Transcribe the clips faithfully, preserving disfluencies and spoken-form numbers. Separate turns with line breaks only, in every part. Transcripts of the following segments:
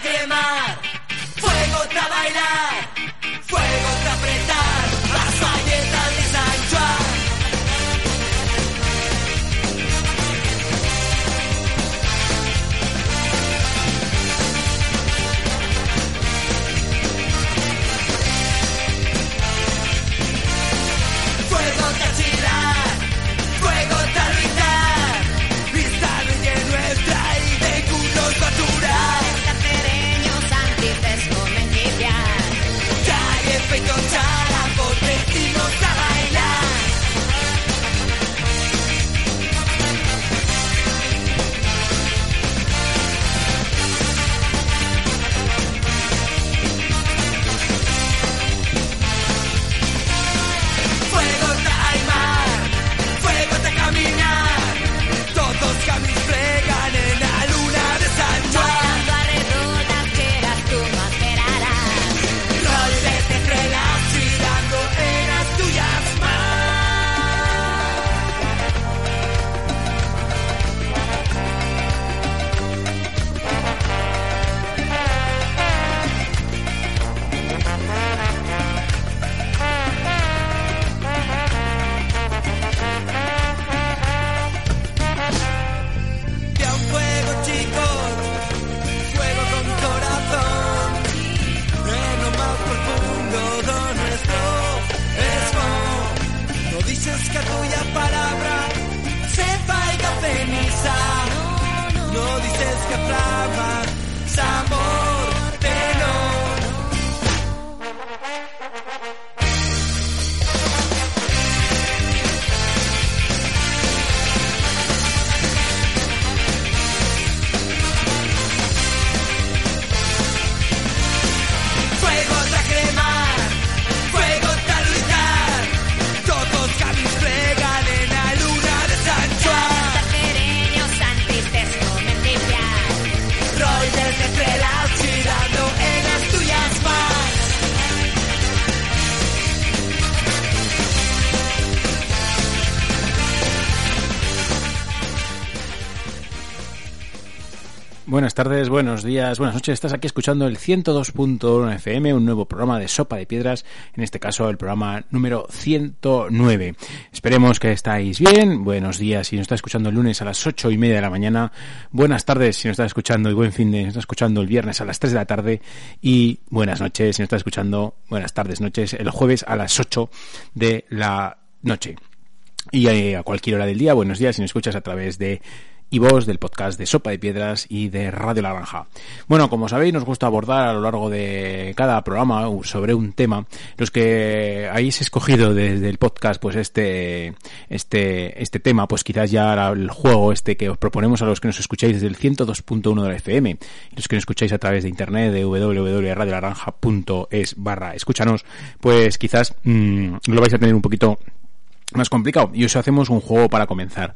quemar, fuego tra bailar, fuego tra apretar, las galletas de San Juan. Fuego tra chilar, fuego tra luchar, y salud de nuestra y de culos baturar.
Carcereños antes descomenticiar.
Ya hay efecto chara, por vecinos a bailar. Fuego tra aimar, fuego tra caminar, todos caminos fregan en la luna de San Juan.
Cuando arredotas quieras tú no esperarás.
Roles entre las girando en las tuyas de un fuego, chicos, fuego con corazón, en lo más profundo de nuestro esmo. No dices que tuya palabra se faiga ceniza, no dices que flama sabor de no. Fuego tra cremar, fuego tra luchar, todos caminos fregan en la luna de San Juan.
Carcereños antes descomenticiar.
Roles entre las girando en las tuyas más.
Buenas tardes, buenos días, buenas noches. Estás aquí escuchando el ciento dos punto uno F M, un nuevo programa de Sopa de Piedras, en este caso el programa número ciento nueve. Esperemos que estáis bien. Buenos días si nos está escuchando el lunes a las ocho y media de la mañana. Buenas tardes si nos está escuchando y buen fin de, si nos está escuchando el viernes a las tres de la tarde. Y buenas noches si nos está escuchando, buenas tardes, noches, el jueves a las ocho de la noche. Y eh, a cualquier hora del día, buenos días si nos escuchas a través de y voz del podcast de Sopa de Piedras y de Radio La Granja. Bueno, como sabéis, nos gusta abordar a lo largo de cada programa sobre un tema. Los que hayáis escogido desde el podcast, pues este, este, este tema, pues quizás ya el juego este que os proponemos a los que nos escucháis desde el ciento dos punto uno de la F M y los que nos escucháis a través de internet de doble u doble u doble u punto radio la granja punto es barra escúchanos, pues quizás mmm, lo vais a tener un poquito más complicado y os hacemos un juego para comenzar.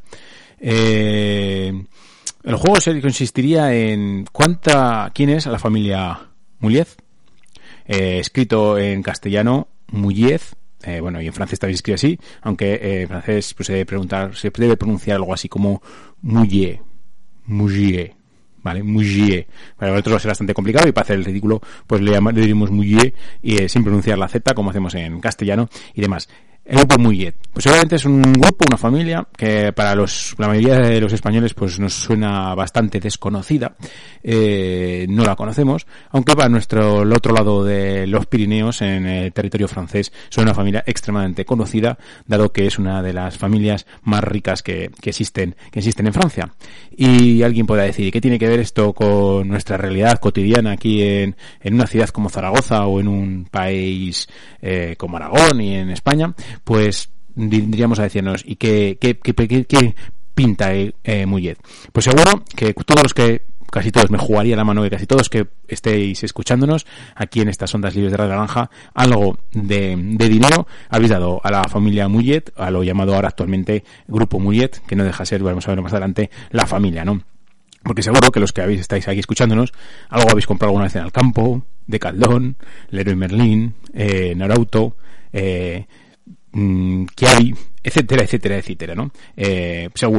Eh, el juego se consistiría en cuánta, quién es la familia Mullez, eh, escrito en castellano Mullez, eh, bueno, y en francés también se escribe así, aunque eh, en francés pues se debe preguntar, se debe pronunciar algo así como Mouillet, Mouillet, vale, Mouillet. Para nosotros es bastante complicado y para hacer el ridículo pues le, llamamos, le diremos Mouillet y eh, sin pronunciar la Z como hacemos en castellano y demás. El grupo Muillet, pues obviamente es un grupo, una familia que para los la mayoría de los españoles pues nos suena bastante desconocida, eh, no la conocemos, aunque para nuestro el otro lado de los Pirineos, en el territorio francés, son una familia extremadamente conocida, dado que es una de las familias más ricas que, que existen que existen en Francia. Y alguien podrá decir, ¿qué tiene que ver esto con nuestra realidad cotidiana aquí en, en una ciudad como Zaragoza o en un país eh, como Aragón y en España? Pues diríamos a decirnos, ¿y qué, qué, qué, qué, qué pinta eh, Muillet? Pues seguro que todos los que, casi todos, me jugaría la mano que casi todos que estéis escuchándonos aquí en estas ondas libres de Radio Naranja, algo de, de dinero habéis dado a la familia Muillet, a lo llamado ahora actualmente Grupo Muillet, que no deja ser, vamos a ver más adelante, la familia, ¿no? Porque seguro que los que habéis estáis aquí escuchándonos, algo habéis comprado alguna vez en Alcampo, Decathlon, Leroy Merlin, eh, Norauto, eh, que hay, etcétera, etcétera, etcétera, ¿no? Eh, seguro.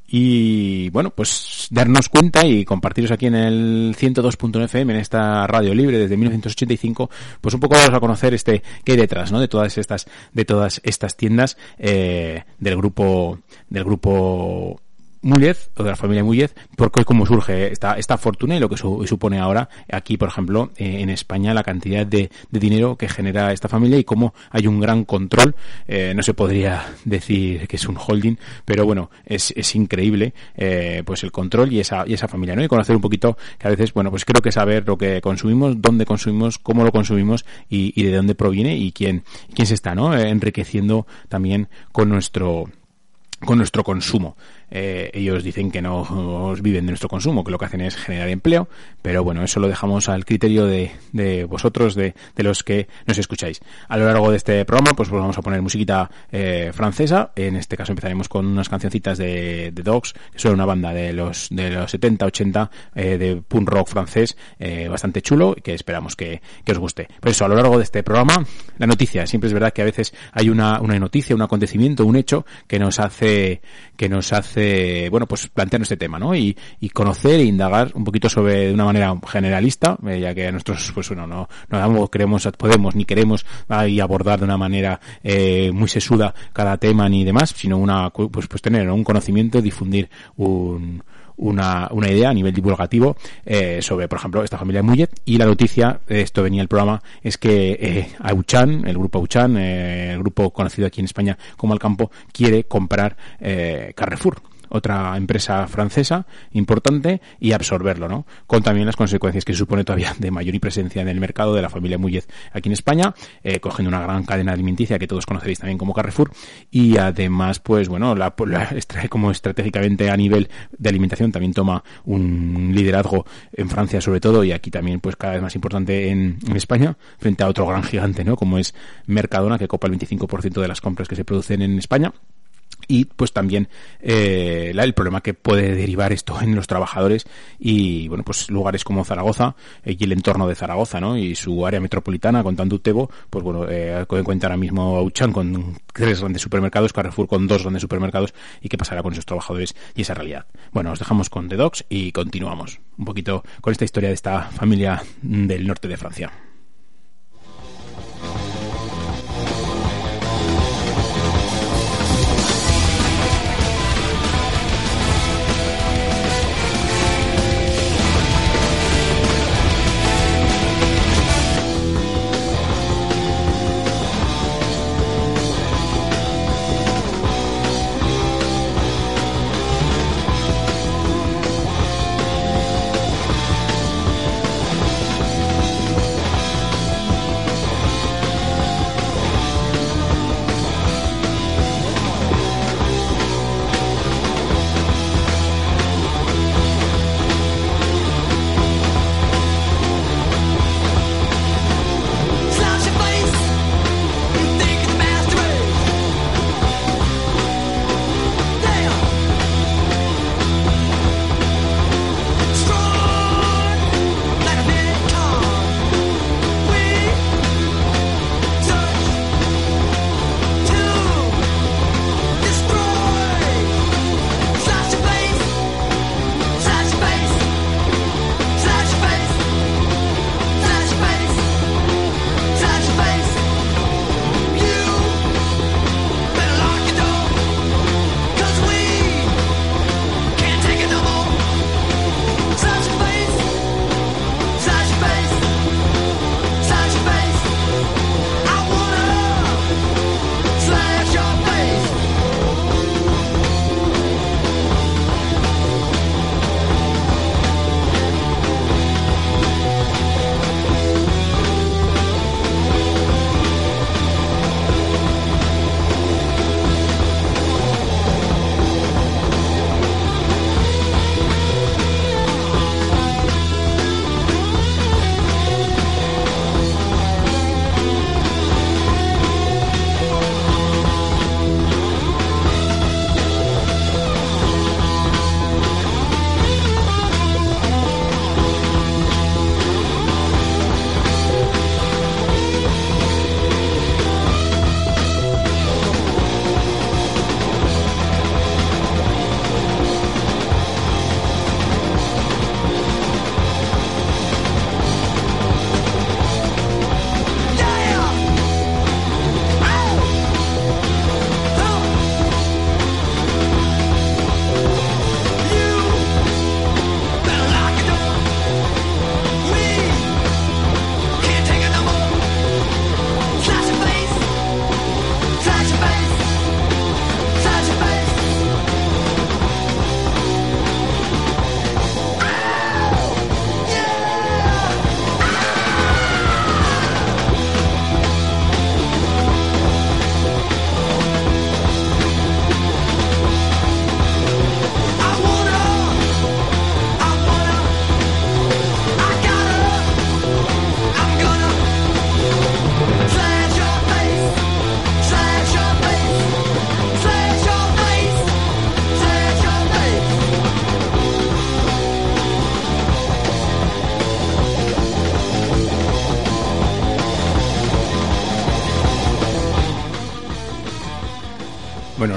y bueno, pues darnos cuenta y compartiros aquí en el ciento dos punto nueve F M, en esta radio libre desde mil novecientos ochenta y cinco, pues un poco vamos a conocer este qué hay detrás, ¿no? De todas estas de todas estas tiendas eh, del grupo del grupo Múllez, o de la familia Múllez, porque cómo surge esta esta fortuna y lo que su, supone ahora aquí, por ejemplo, eh, en España, la cantidad de, de dinero que genera esta familia y cómo hay un gran control. Eh, no se podría decir que es un holding, pero bueno, es, es increíble eh, pues el control y esa y esa familia, ¿no? Y conocer un poquito, que a veces, bueno, pues creo que saber lo que consumimos, dónde consumimos, cómo lo consumimos y, y de dónde proviene y quién quién se está, ¿no? Eh, enriqueciendo también con nuestro con nuestro consumo. Eh, ellos dicen que no viven de nuestro consumo, que lo que hacen es generar empleo, pero bueno, eso lo dejamos al criterio de, de vosotros, de, de los que nos escucháis. A lo largo de este programa, pues, pues vamos a poner musiquita eh, francesa. En este caso empezaremos con unas cancioncitas de, de Dogs, que son una banda de los de los setenta, ochenta, eh, de punk rock francés, eh, bastante chulo, y que esperamos que, que os guste. Por eso, a lo largo de este programa, la noticia, siempre es verdad que a veces hay una, una noticia, un acontecimiento, un hecho que nos hace, que nos hace bueno, pues plantear este tema, ¿no? Y, y conocer e indagar un poquito sobre, de una manera generalista, eh, ya que nosotros, pues bueno, no, no queremos, podemos ni queremos ahí abordar de una manera eh, muy sesuda cada tema ni demás, sino una, pues, pues tener, ¿no?, un conocimiento, difundir un una una idea a nivel divulgativo eh, sobre, por ejemplo, esta familia de Múllez. Y la noticia, esto venía el programa, es que eh, Auchan, el grupo Auchan, eh, el grupo conocido aquí en España como Alcampo, quiere comprar eh, Carrefour, otra empresa francesa importante, y absorberlo, ¿no? Con también las consecuencias que supone todavía de mayor presencia en el mercado de la familia Múllez aquí en España, eh, cogiendo una gran cadena alimenticia que todos conoceréis también como Carrefour, y además, pues bueno, la, la como estratégicamente a nivel de alimentación también toma un liderazgo en Francia sobre todo, y aquí también pues cada vez más importante en, en España, frente a otro gran gigante, ¿no?, como es Mercadona, que copa el veinticinco por ciento de las compras que se producen en España. Y pues también eh, la, el problema que puede derivar esto en los trabajadores y, bueno, pues lugares como Zaragoza eh, y el entorno de Zaragoza, ¿no?, y su área metropolitana con tanto Utebo, pues bueno, eh, cuenta ahora mismo Auchan con tres grandes supermercados, Carrefour con dos grandes supermercados, y qué pasará con esos trabajadores y esa realidad. Bueno, os dejamos con The Dogs y continuamos un poquito con esta historia de esta familia del norte de Francia.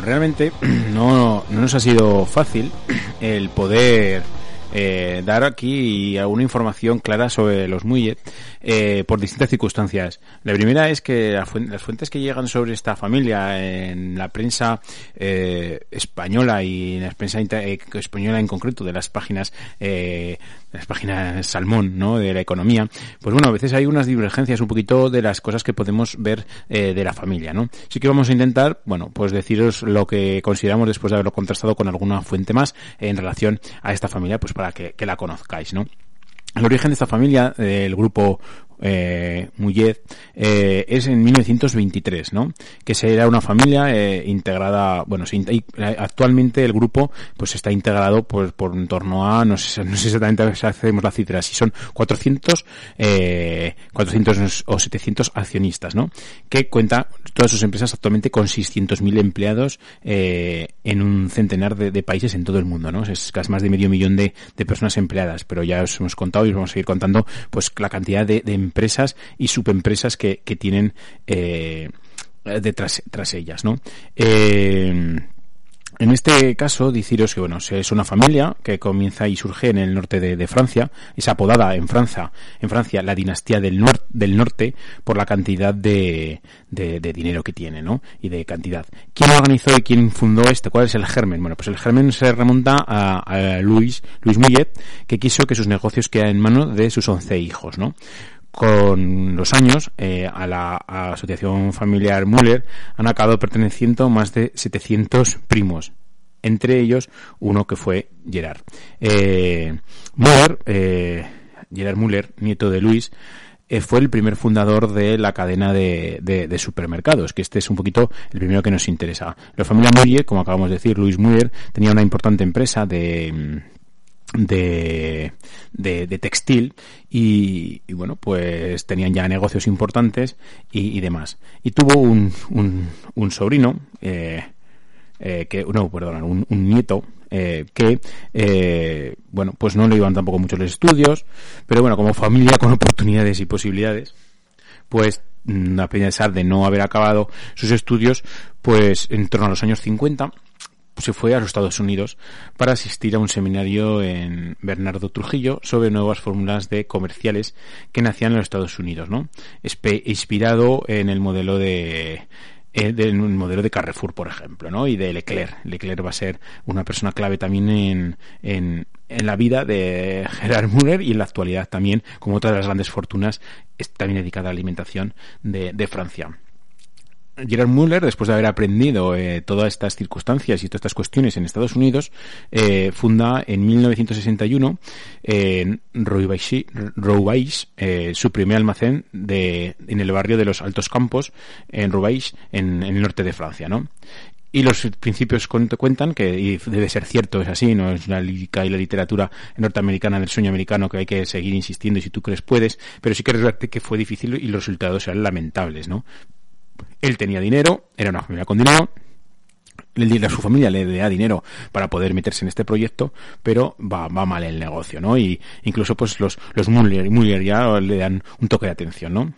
bueno, realmente no, no nos ha sido fácil el poder eh, dar aquí alguna información clara sobre los Muller eh, por distintas circunstancias. La primera es que la fu- las fuentes que llegan sobre esta familia en la prensa eh, española y en la prensa inter- eh, española en concreto de las páginas eh, las páginas Salmón, ¿no?, de la economía, pues bueno, a veces hay unas divergencias un poquito de las cosas que podemos ver eh, de la familia, ¿no? Sí que vamos a intentar, bueno, pues deciros lo que consideramos después de haberlo contrastado con alguna fuente más en relación a esta familia, pues para que, que la conozcáis, ¿no? El origen de esta familia, del grupo eh, Muller, eh, es en mil novecientos veintitrés, ¿no? Que será una familia eh, integrada, bueno, se, actualmente el grupo pues está integrado pues por en torno a, no sé, no sé exactamente si hacemos la cifra, si son cuatrocientos, eh, cuatrocientos o setecientos accionistas, ¿no? Que cuenta todas sus empresas actualmente con seiscientos mil empleados eh, en un centenar de, de países en todo el mundo, ¿no? Es casi más de medio millón de, de personas empleadas, pero ya os hemos contado y os vamos a seguir contando pues la cantidad de, de empresas y subempresas que, que tienen eh, detrás tras ellas, ¿no? Eh, En este caso, deciros que, bueno, es una familia que comienza y surge en el norte de, de Francia. Es apodada en Francia, en Francia, la dinastía del, nor- del norte por la cantidad de, de, de dinero que tiene, ¿no? Y de cantidad. ¿Quién organizó y quién fundó este? ¿Cuál es el germen? Bueno, pues el germen se remonta a, a Louis, Louis Muller, que quiso que sus negocios quedaran en manos de sus once hijos, ¿no? Con los años, eh, a la a asociación familiar Muller han acabado perteneciendo más de setecientos primos, entre ellos uno que fue Gerard. Eh, Muller, eh, Gerard Muller, nieto de Luis, eh, fue el primer fundador de la cadena de, de, de supermercados, que este es un poquito el primero que nos interesa. La familia Muller, como acabamos de decir, Louis Muller, tenía una importante empresa de... De, de, de textil y, y bueno, pues tenían ya negocios importantes y, y demás. Y tuvo un, un, un sobrino, eh, eh, que, no, perdón, un, un nieto, eh, que, eh, bueno, pues no le iban tampoco mucho los estudios, pero bueno, como familia con oportunidades y posibilidades, pues a pesar de no haber acabado sus estudios, pues en torno a los años cincuenta, se fue a los Estados Unidos para asistir a un seminario en Bernardo Trujillo sobre nuevas fórmulas de comerciales que nacían en los Estados Unidos, ¿no? Espe- inspirado en el modelo de eh, del modelo de Carrefour, por ejemplo, ¿no? Y de Leclerc. Leclerc va a ser una persona clave también en, en, en la vida de Gerard Muller y en la actualidad también, como otra de las grandes fortunas, es también dedicada a la alimentación de, de Francia. Gerard Muller, después de haber aprendido eh, todas estas circunstancias y todas estas cuestiones en Estados Unidos, eh, funda en mil novecientos sesenta y uno en Roubaix eh, su primer almacén de, en el barrio de los Altos Campos, en Roubaix, en, en el norte de Francia, ¿no? Y los principios cuentan que, y debe ser cierto, es así, no es la lírica y la literatura norteamericana del sueño americano que hay que seguir insistiendo y si tú crees puedes, pero sí que es verdad que fue difícil y los resultados eran lamentables, ¿no? Él tenía dinero, era una familia con dinero, a su familia le da dinero para poder meterse en este proyecto, pero va, va mal el negocio, ¿no? Y incluso pues los, los Muller, Muller ya le dan un toque de atención, ¿no?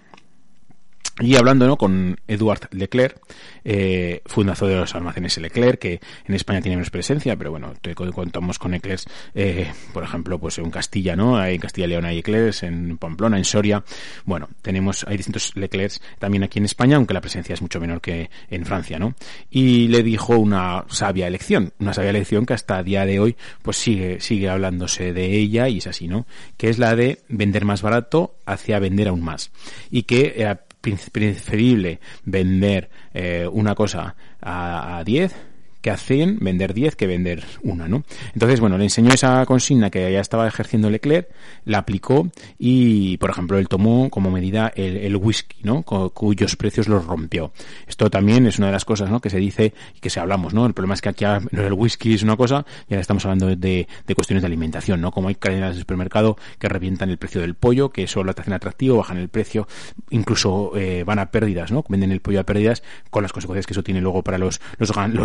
Y hablando, ¿no?, con Edouard Leclerc, eh, fundador de los almacenes Leclerc, que en España tiene menos presencia, pero bueno, te contamos con Leclerc, eh, por ejemplo, pues en Castilla, ¿no? Hay en Castilla y León hay Leclerc, en Pamplona, en Soria. Bueno, tenemos, hay distintos Leclerc también aquí en España, aunque la presencia es mucho menor que en Francia, ¿no? Y le dijo una sabia elección, una sabia elección que hasta el día de hoy, pues sigue, sigue hablándose de ella y es así, ¿no? Que es la de vender más barato hacia vender aún más. Y que era preferible vender eh, una cosa a, a diez que a cien, vender diez que vender una, ¿no? Entonces, bueno, le enseñó esa consigna que ya estaba ejerciendo Leclerc, la aplicó y, por ejemplo, él tomó como medida el, el whisky, ¿no? Cu- cuyos precios los rompió. Esto también es una de las cosas, ¿no?, que se dice y que se hablamos, ¿no? El problema es que aquí el whisky es una cosa y ahora estamos hablando de, de cuestiones de alimentación, ¿no? Como hay cadenas de supermercado que revientan el precio del pollo, que eso lo hacen atractivo, bajan el precio, incluso eh, van a pérdidas, ¿no? Venden el pollo a pérdidas con las consecuencias que eso tiene luego para los los, los, los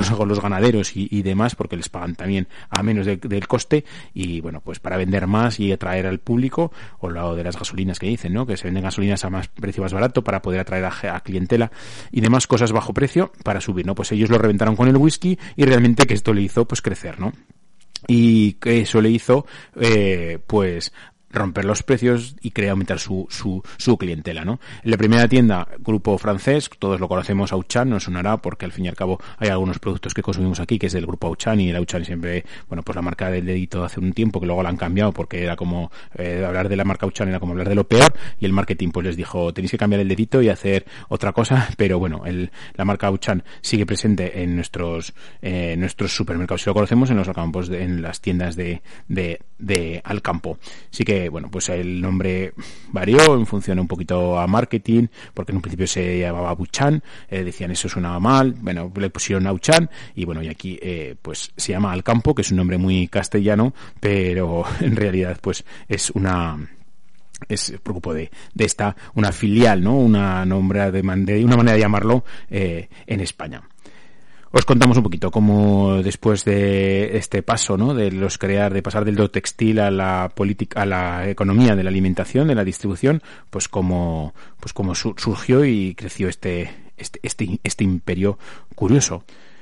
ganaderos y, y demás, porque les pagan también a menos de, del coste, y bueno, pues para vender más y atraer al público, o lo de las gasolinas que dicen, ¿no? Que se venden gasolinas a más precio más barato para poder atraer a, a clientela y demás cosas bajo precio para subir, ¿no? Pues ellos lo reventaron con el whisky y realmente que esto le hizo pues crecer, ¿no? Y que eso le hizo eh, pues romper los precios y querer aumentar su, su, su clientela, ¿no? En la primera tienda, grupo francés, todos lo conocemos, Auchan, nos sonará porque al fin y al cabo hay algunos productos que consumimos aquí que es del grupo Auchan, y el Auchan siempre, bueno, pues la marca del dedito hace un tiempo que luego la han cambiado porque era como, eh, hablar de la marca Auchan era como hablar de lo peor, y el marketing pues les dijo, tenéis que cambiar el dedito y hacer otra cosa, pero bueno, el, la marca Auchan sigue presente en nuestros, eh, nuestros supermercados, si lo conocemos, en los campos, de, en las tiendas de, de, de Alcampo. Así que bueno, pues el nombre varió en función un poquito a marketing, porque en un principio se llamaba Buchan, eh, decían eso sonaba mal, bueno, le pusieron Auchan, y bueno, y aquí eh, pues se llama Alcampo, que es un nombre muy castellano, pero en realidad pues es una... es el grupo de, de esta, una filial, ¿no? Una nombre de, de una manera de llamarlo eh, en España. Os contamos un poquito cómo después de este paso, ¿no? De los crear, de pasar del do textil a la política, a la economía de la alimentación, de la distribución, pues cómo, pues cómo su, surgió y creció este, este, este, este imperio curioso.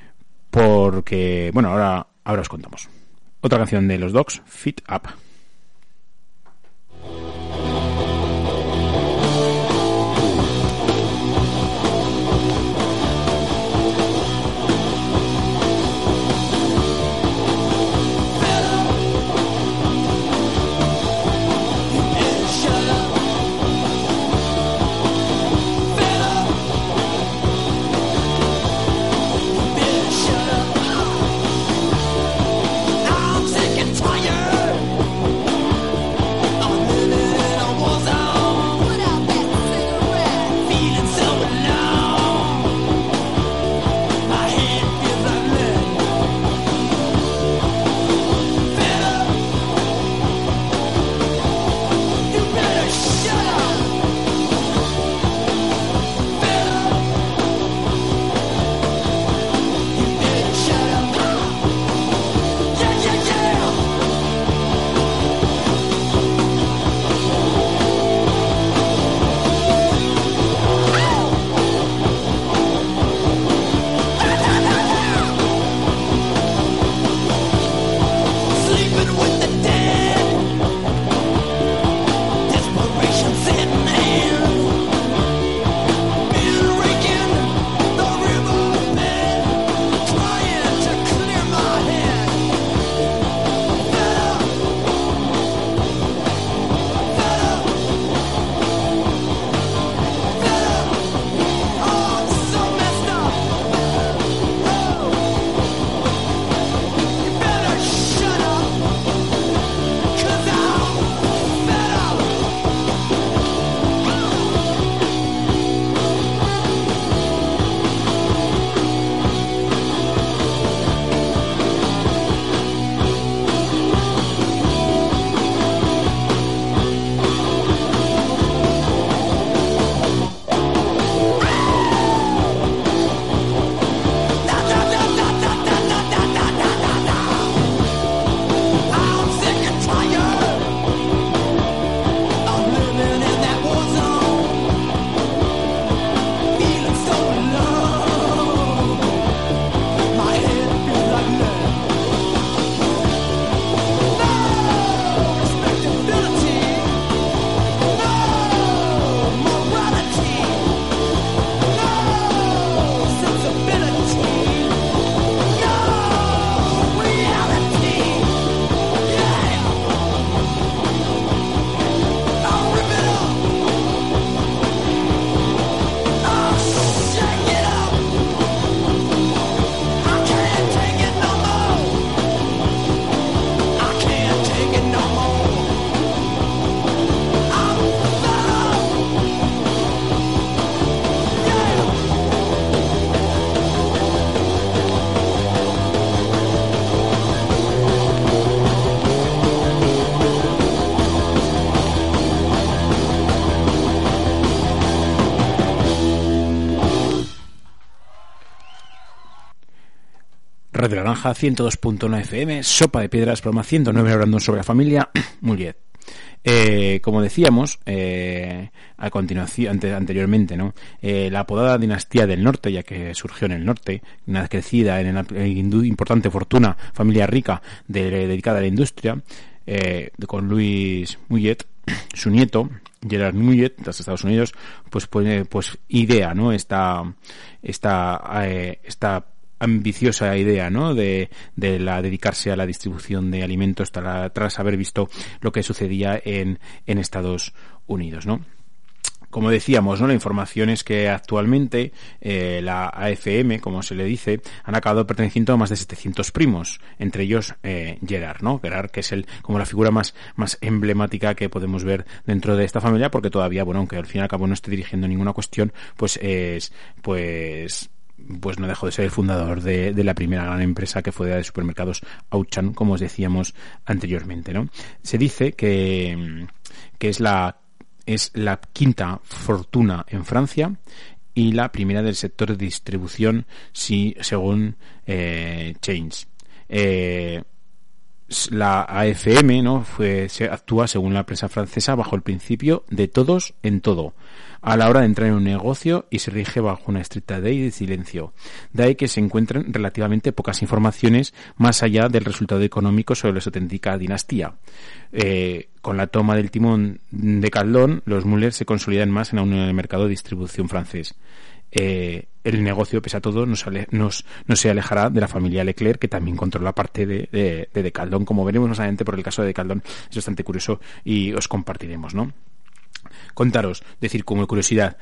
Porque, bueno, ahora, ahora os contamos. Otra canción de los Dogs, Fit Up.
I'm sick and tired
Radio Naranja, ciento dos punto uno F M, Sopa de Piedras, programa ciento nueve, hablando sobre la familia Mullet. Eh, como decíamos, eh, a continuación, ante, anteriormente, ¿no? Eh, la apodada dinastía del norte, ya que surgió en el norte, una crecida en una importante fortuna, familia rica, de, dedicada a la industria, eh, con Louis Mullet, su nieto, Gerard Mullet, de los Estados Unidos, pues, pues, pues idea, ¿no? Esta, esta, eh, esta ambiciosa idea, ¿no? De, de la dedicarse a la distribución de alimentos tras, tras haber visto lo que sucedía en, en Estados Unidos, ¿no? Como decíamos, ¿no? La información es que actualmente eh, la A F M, como se le dice, han acabado perteneciendo a más de setecientos primos, entre ellos eh, Gerard, ¿no? Gerard, que es el como la figura más más emblemática que podemos ver dentro de esta familia, porque todavía, bueno, aunque al fin y al cabo no esté dirigiendo ninguna cuestión, pues es pues pues no dejó de ser el fundador de, de la primera gran empresa que fue de supermercados Auchan, como os decíamos anteriormente, ¿no? Se dice que, que es la es la quinta fortuna en Francia y la primera del sector de distribución, si según eh, Chains. Eh, la A F M, ¿no? Fue, se actúa según la prensa francesa bajo el principio de todos en todo a la hora de entrar en un negocio y se rige bajo una estricta ley de silencio. De ahí que se encuentren relativamente pocas informaciones más allá del resultado económico sobre la auténtica dinastía. Eh, con la toma del timón de Caldón, los Muller se consolidan más en el mercado de distribución francés. Eh, el negocio, pese a todo, nos, ale, nos, no se alejará de la familia Leclerc, que también controla parte de, de, de Decaldón. Como veremos más adelante por el caso de Decaldón, es bastante curioso y os compartiremos, ¿no? Contaros, decir como curiosidad,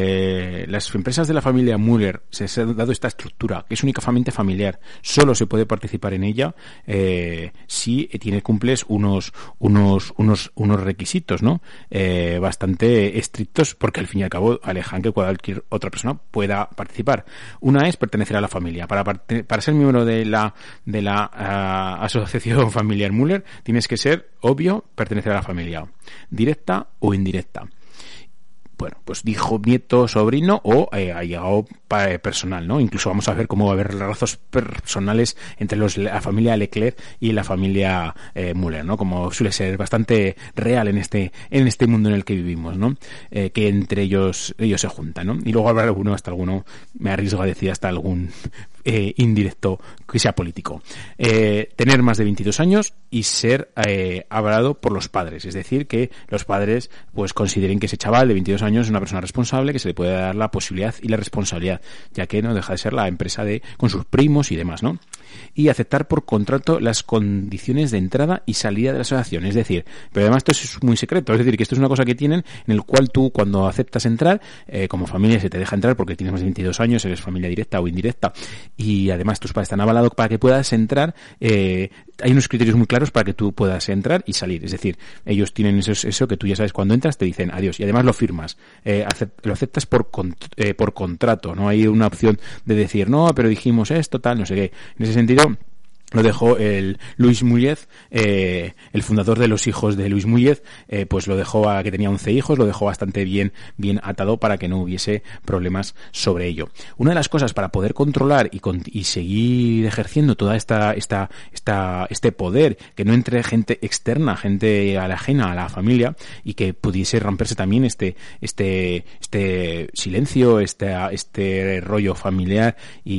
eh, las empresas de la familia Müller se les ha dado esta estructura, que es únicamente familiar. Solo se puede participar en ella eh, si tiene, cumples unos unos unos unos requisitos, ¿no? Eh, bastante estrictos, porque al fin y al cabo alejan que cualquier otra persona pueda participar. Una es pertenecer a la familia. Para parte, para ser miembro de la de la uh, asociación familiar Müller tienes que ser, obvio, pertenecer a la familia, directa o indirecta. Bueno, pues hijo, nieto, sobrino o eh, allegado eh, personal, ¿no? Incluso vamos a ver cómo va a haber lazos personales entre los, la familia Leclerc y la familia eh, Müller, ¿no? Como suele ser bastante real en este en este mundo en el que vivimos, ¿no? Eh, que entre ellos ellos se juntan, ¿no? Y luego habrá alguno, hasta alguno, me arriesgo a decir, hasta algún eh, indirecto que sea político. Eh, tener más de veintidós años y ser eh, avalado por los padres, es decir, que los padres pues consideren que ese chaval de veintidós años es una persona responsable, que se le puede dar la posibilidad y la responsabilidad, ya que no deja de ser la empresa de con sus primos y demás, ¿no? Y aceptar por contrato las condiciones de entrada y salida de la asociación, es decir, pero además esto es muy secreto, es decir, que esto es una cosa que tienen en el cual tú cuando aceptas entrar, eh, como familia se te deja entrar porque tienes más de veintidós años, eres familia directa o indirecta, y además tus padres están avalados para que puedas entrar, eh, hay unos criterios muy claros para que tú puedas entrar y salir, es decir, ellos tienen eso, eso que tú ya sabes cuando entras, te dicen adiós, y además lo firmas, eh, acept, lo aceptas por, con, eh, por contrato, no hay una opción de decir, no, pero dijimos esto, tal, no sé qué, en ese sentido lo dejó el Louis Mullet, eh, el fundador de los hijos de Louis Mullet, eh, pues lo dejó a que tenía once hijos, lo dejó bastante bien, bien atado para que no hubiese problemas sobre ello. Una de las cosas para poder controlar y, con, y seguir ejerciendo toda esta, esta, esta, este poder, que no entre gente externa, gente ajena a la familia, y que pudiese romperse también este, este, este silencio, este, este rollo familiar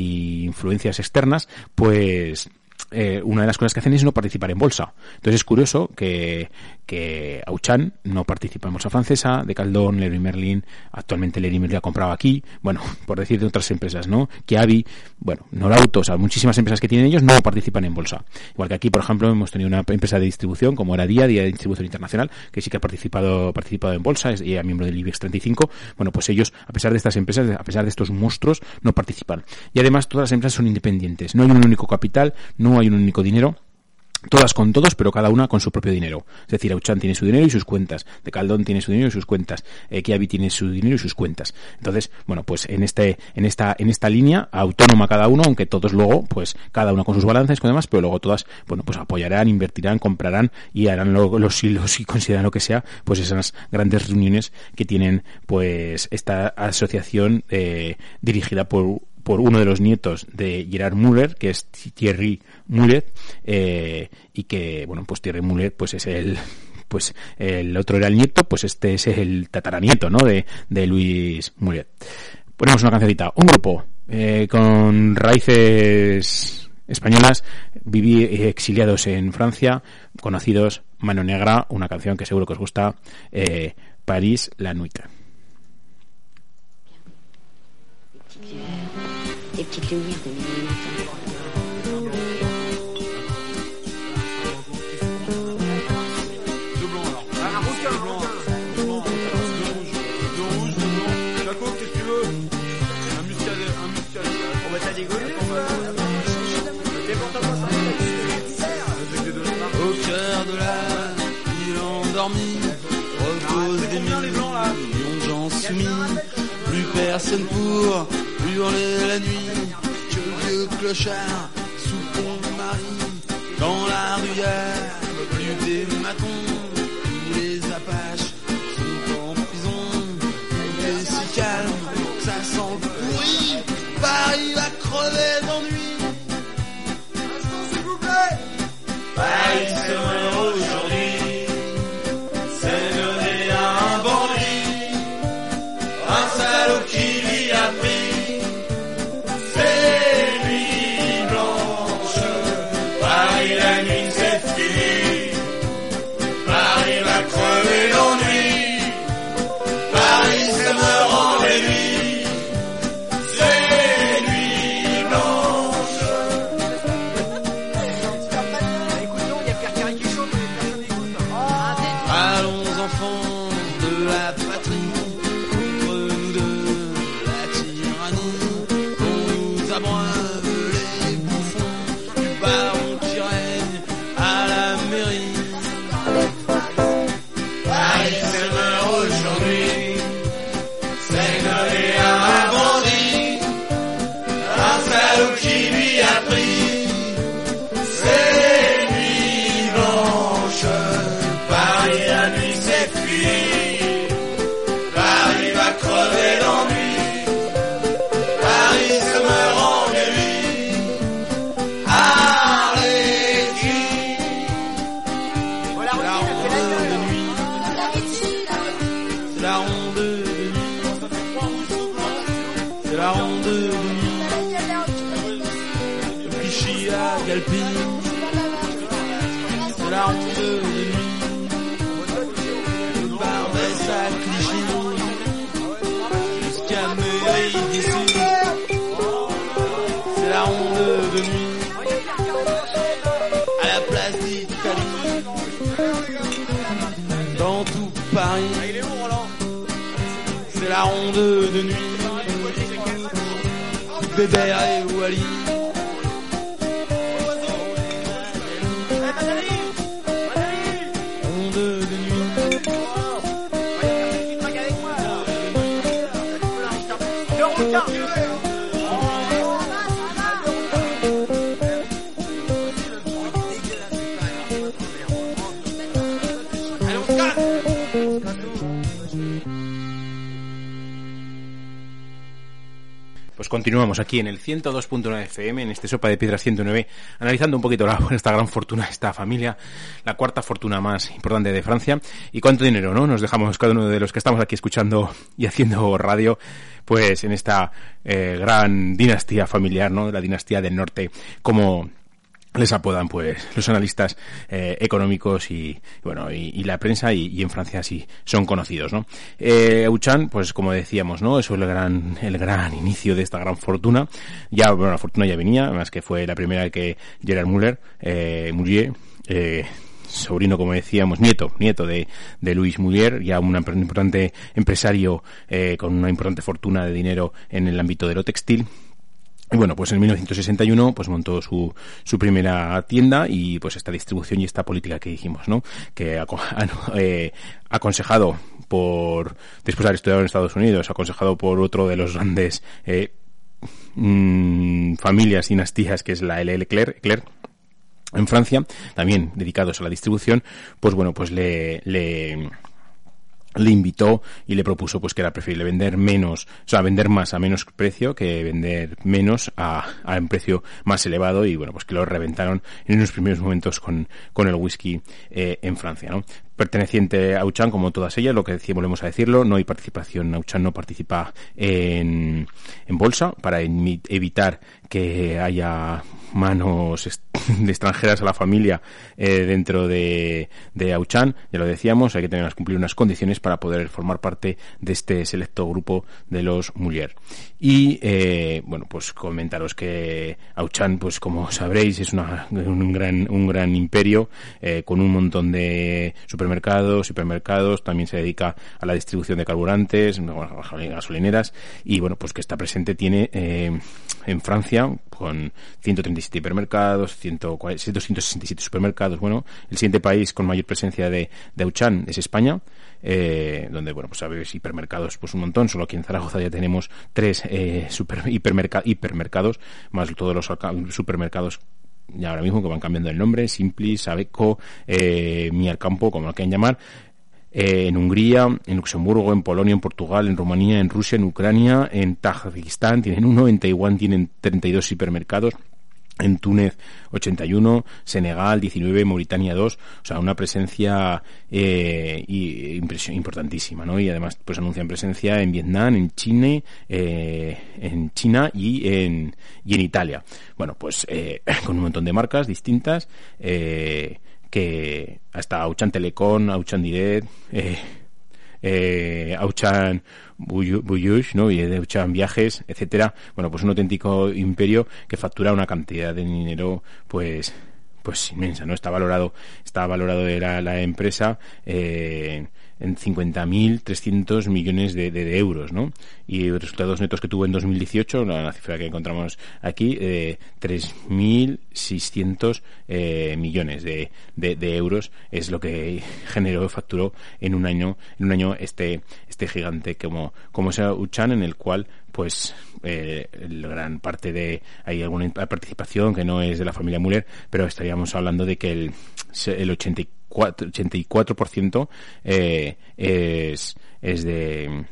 y influencias externas, pues, Eh, una de las cosas que hacen es no participar en bolsa. Entonces es curioso que, que Auchan no participa en bolsa francesa, Decaldón, Leroy Merlin, actualmente Leroy Merlin ha comprado aquí, bueno, por decir de otras empresas, ¿no? Kiabi, bueno, Norauto, o sea, muchísimas empresas que tienen ellos no participan en bolsa. Igual que aquí, por ejemplo, hemos tenido una empresa de distribución como era Día, Día de Distribución Internacional, que sí que ha participado, participado en bolsa y era miembro del IBEX treinta y cinco. Bueno, pues ellos, a pesar de estas empresas, a pesar de estos monstruos, no participan. Y además todas las empresas son independientes, no hay un único capital, no hay un único dinero, todas con todos, pero cada una con su propio dinero. Es decir, Auchan tiene su dinero y sus cuentas, Decaldón tiene su dinero y sus cuentas, eh, Kiabi tiene su dinero y sus cuentas. Entonces, bueno, pues en este, en esta, en esta línea autónoma cada uno, aunque todos luego, pues cada uno con sus balances, con demás, pero luego todas, bueno, pues apoyarán, invertirán, comprarán y harán lo, los hilos y consideran lo que sea, pues esas grandes reuniones que tienen, pues esta asociación eh, dirigida por por uno de los nietos de Gerard Müller, que es Thierry Müller, eh, y que, bueno, pues Thierry Müller, pues es el, pues el otro era el nieto, pues este es el tataranieto, ¿no? De, de Louis Müller. Ponemos una cancioncita. Un grupo, eh, con raíces españolas, viví exiliados en Francia, conocidos, Mano Negra, una canción que seguro que os gusta, eh, París, la nuit.
Des petites lumières de minuit matin.
Deux blancs alors. Un rouge, un blanc. Deux rouges, deux rouges, deux blancs. La coke, qu'est-ce que tu veux? Un muscadet, un muscadet. On va t'as dégoûté,
Au cœur de la ville endormie, repose des millions de gens soumis. Plus personne pour hurler la nuit, que le vieux clochard sous le pont Marie. Dans la rue y'a plus des matons, tous les apaches sont en prison. Tout est si calme, ça sent le pourri, Paris va crever d'ennui. S'il vous plaît. Paris se meurt aujourd'hui, c'est donné à un bandit, un salaud qui lui a pris ses nuits blanches. Paris la nuit c'est fini, Paris va crever d'ennui, Paris se meurt en les nuits, ses nuits blanches. Allons enfants de la patrie, contre nous deux la tyrannie, on nous abreuve les bouffons du baron qui règne à la mairie. Paris se meurt aujourd'hui, c'est donné à un bandit, un salaud qui lui a pris ses nuits blanches. Paris la nuit c'est fini, Paris va crever d'ennui, Paris se meurt en nuit, Arletty. C'est la ronde de nuit, c'est la ronde de nuit, c'est la ronde de nuit, de Clichy à Galpy, c'est la ronde de nuit. Barbès à Clichy, jusqu'à Mairie d'ici, c'est la ronde de nuit, à la place d'Italie, dans tout Paris, c'est la ronde de nuit, Bébert et Wally. Ronde de nuit.
Pues continuamos aquí en el ciento dos punto nueve F M, en este Sopa de Piedras ciento nueve, analizando un poquito la, esta gran fortuna, esta familia, la cuarta fortuna más importante de Francia. Y cuánto dinero, ¿no? Nos dejamos cada uno de los que estamos aquí escuchando y haciendo radio, pues en esta eh, gran dinastía familiar, ¿no? La dinastía del norte, como les apodan pues los analistas eh, económicos y bueno y, y la prensa y, y en Francia sí son conocidos, ¿no? Eh, Auchan, pues como decíamos, ¿no? Eso es el gran el gran inicio de esta gran fortuna. Ya bueno, la fortuna ya venía, además que fue la primera que Gerard Müller, eh, Müller, eh, sobrino, como decíamos, nieto, nieto de, de Louis Müller, ya un importante empresario eh, con una importante fortuna de dinero en el ámbito de lo textil. Y bueno, pues en mil novecientos sesenta y uno pues montó su su primera tienda y pues esta distribución y esta política que dijimos, ¿no? Que eh, aconsejado por, después de haber estudiado en Estados Unidos, aconsejado por otro de los grandes eh, mmm, familias, dinastías, que es la L L Leclerc, en Francia, también dedicados a la distribución, pues bueno, pues le... le le invitó y le propuso pues que era preferible vender menos, o sea, vender más a menos precio que vender menos a, a un precio más elevado, y bueno, pues que lo reventaron en unos primeros momentos con, con el whisky eh, en Francia, ¿no? Perteneciente a Auchan, como todas ellas, lo que decía, volvemos a decirlo, no hay participación, Auchan no participa en, en bolsa para evitar que haya manos est- extranjeras a la familia eh, dentro de, de Auchan. Ya lo decíamos, hay que tener cumplir unas condiciones para poder formar parte de este selecto grupo de los Muller. Y eh, bueno, pues comentaros que Auchan, pues como sabréis, es una, un gran un gran imperio eh, con un montón de supermercados, supermercados, también se dedica a la distribución de carburantes, gasolineras, y bueno, pues que está presente, tiene eh, en Francia con ciento treinta y siete hipermercados, ciento sesenta y siete supermercados. Bueno, el siguiente país con mayor presencia de, de Auchan es España, eh, donde, bueno, pues sabéis, hipermercados, pues un montón. Solo aquí en Zaragoza ya tenemos tres eh, super, hipermerca, hipermercados, más todos los supermercados ya ahora mismo que van cambiando el nombre, Simplis, Sabeco, eh, Miarcampo, como lo quieran llamar. Eh, en Hungría, en Luxemburgo, en Polonia, en Portugal, en Rumanía, en Rusia, en Ucrania, en Tayikistán tienen uno, en Taiwán tienen treinta y dos hipermercados, en Túnez ochenta y uno, Senegal diecinueve, Mauritania dos, o sea, una presencia eh, y, impresión, importantísima, ¿no? Y además pues anuncian presencia en Vietnam, en China, eh, en China y en y en Italia. Bueno, pues eh, con un montón de marcas distintas, eh, que hasta Auchan Telecom, Auchan Direct, eh, eh, Auchan Buyush, ¿no? Y Auchan Viajes, etcétera. Bueno, pues un auténtico imperio que factura una cantidad de dinero, pues, pues inmensa, ¿no? Está valorado, está valorado de la, la empresa, eh, en cincuenta mil trescientos millones de, de, de euros, ¿no? Y los resultados netos que tuvo en dos mil dieciocho, la, la cifra que encontramos aquí, eh, tres mil seiscientos eh, millones de, de, de euros es lo que generó, facturó en un año, en un año este, este gigante como, como es Auchan, en el cual, pues, eh, el gran parte de, hay alguna participación que no es de la familia Müller, pero estaríamos hablando de que el, el ochenta y cuatro por ciento eh, es, es de,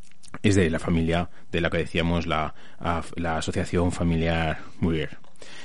es de la familia de la que decíamos la, la asociación familiar Müller.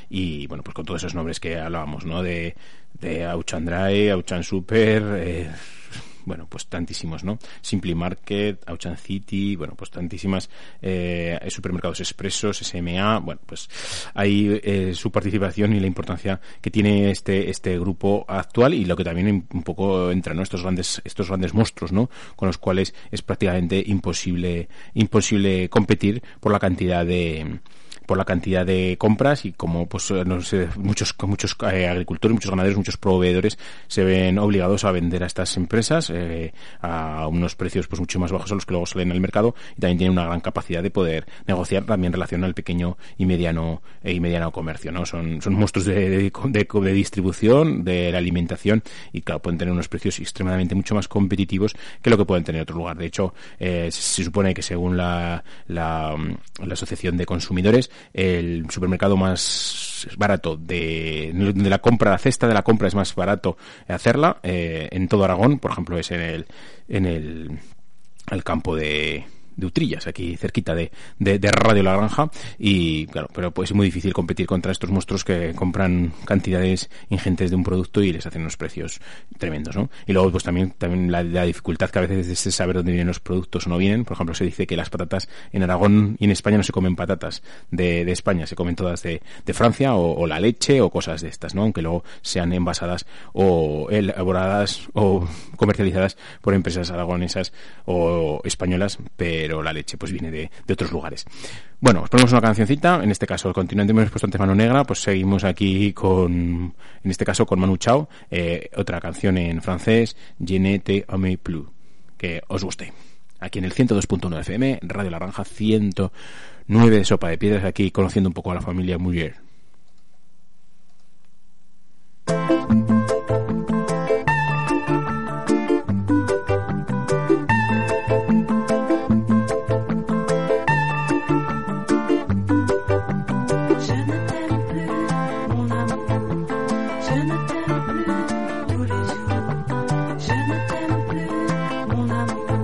Y bueno, pues con todos esos nombres que hablábamos, ¿no? De, de Auchan Dry, Auchan Super, eh, bueno, pues tantísimos, ¿no? Simply Market, Auchan City, bueno, pues tantísimas eh, supermercados expresos, S M A, bueno, pues ahí eh, su participación y la importancia que tiene este este grupo actual, y lo que también un poco entra, ¿no? Estos grandes estos grandes monstruos, ¿no? Con los cuales es prácticamente imposible imposible competir por la cantidad de por la cantidad de compras, y como pues no sé, muchos muchos eh, agricultores, muchos ganaderos, muchos proveedores se ven obligados a vender a estas empresas eh, a unos precios pues mucho más bajos a los que luego salen al mercado, y también tienen una gran capacidad de poder negociar también en relación al pequeño y mediano eh, y mediano comercio, ¿no? Son son monstruos de, de, de, de distribución, de la alimentación, y claro, pueden tener unos precios extremadamente mucho más competitivos que lo que pueden tener en otro lugar. De hecho, eh, se supone que según la, la la Asociación de Consumidores, el supermercado más barato de, de la compra, la cesta de la compra es más barato hacerla eh, en todo Aragón, por ejemplo, es en el en el, el campo de de Utrillas, aquí cerquita de, de, de Radio La Granja, y claro, pero pues es muy difícil competir contra estos monstruos que compran cantidades ingentes de un producto y les hacen unos precios tremendos, ¿no? Y luego pues también también la, la dificultad que a veces es saber dónde vienen los productos o no vienen. Por ejemplo, se dice que las patatas en Aragón y en España no se comen patatas de, de España, se comen todas de, de Francia, o, o la leche o cosas de estas, ¿no? Aunque luego sean envasadas o elaboradas o comercializadas por empresas aragonesas o españolas, pero pero la leche pues viene de, de otros lugares. Bueno, os ponemos una cancioncita, en este caso continuamente hemos puesto antes Mano Negra, pues seguimos aquí con, en este caso con Manu Chao, eh, otra canción en francés, Je ne t'aime plus, que os guste. Aquí en el ciento dos punto uno F M, Radio La Granja, ciento nueve de Sopa de Piedras, aquí conociendo un poco a la familia Müller.
Je ne t'aime plus, mon amour.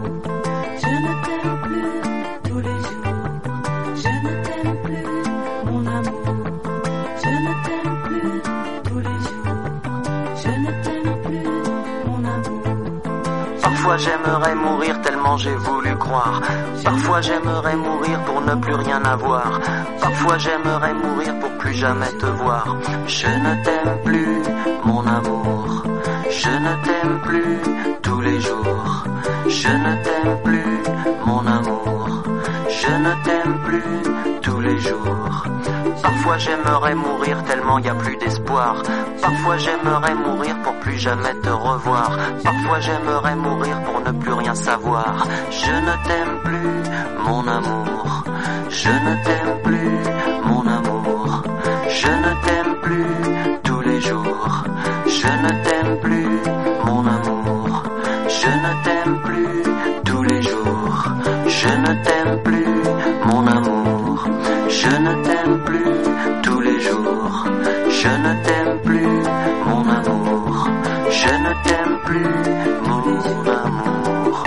Parfois j'aimerais mourir tellement j'ai voulu croire. Parfois j'aimerais mourir pour ne plus rien avoir. Parfois j'aimerais mourir pour plus jamais te voir. Je ne t'aime plus, mon amour. Je ne t'aime plus tous les jours. Je ne t'aime plus, mon amour. Je ne t'aime plus tous les jours. Parfois j'aimerais mourir tellement y a plus d'espoir. Parfois j'aimerais mourir pour plus jamais te revoir. Parfois j'aimerais mourir pour ne plus rien savoir. Je ne t'aime plus, mon amour. Je ne t'aime plus, mon amour. Je ne t'aime plus tous les jours. Je ne t'aime plus, mon amour. Je ne t'aime plus tous les jours. Je ne t'aime plus, mon amour. Je ne t'aime plus tous les jours. Je ne t'aime plus, mon amour. Je ne t'aime plus, mon amour.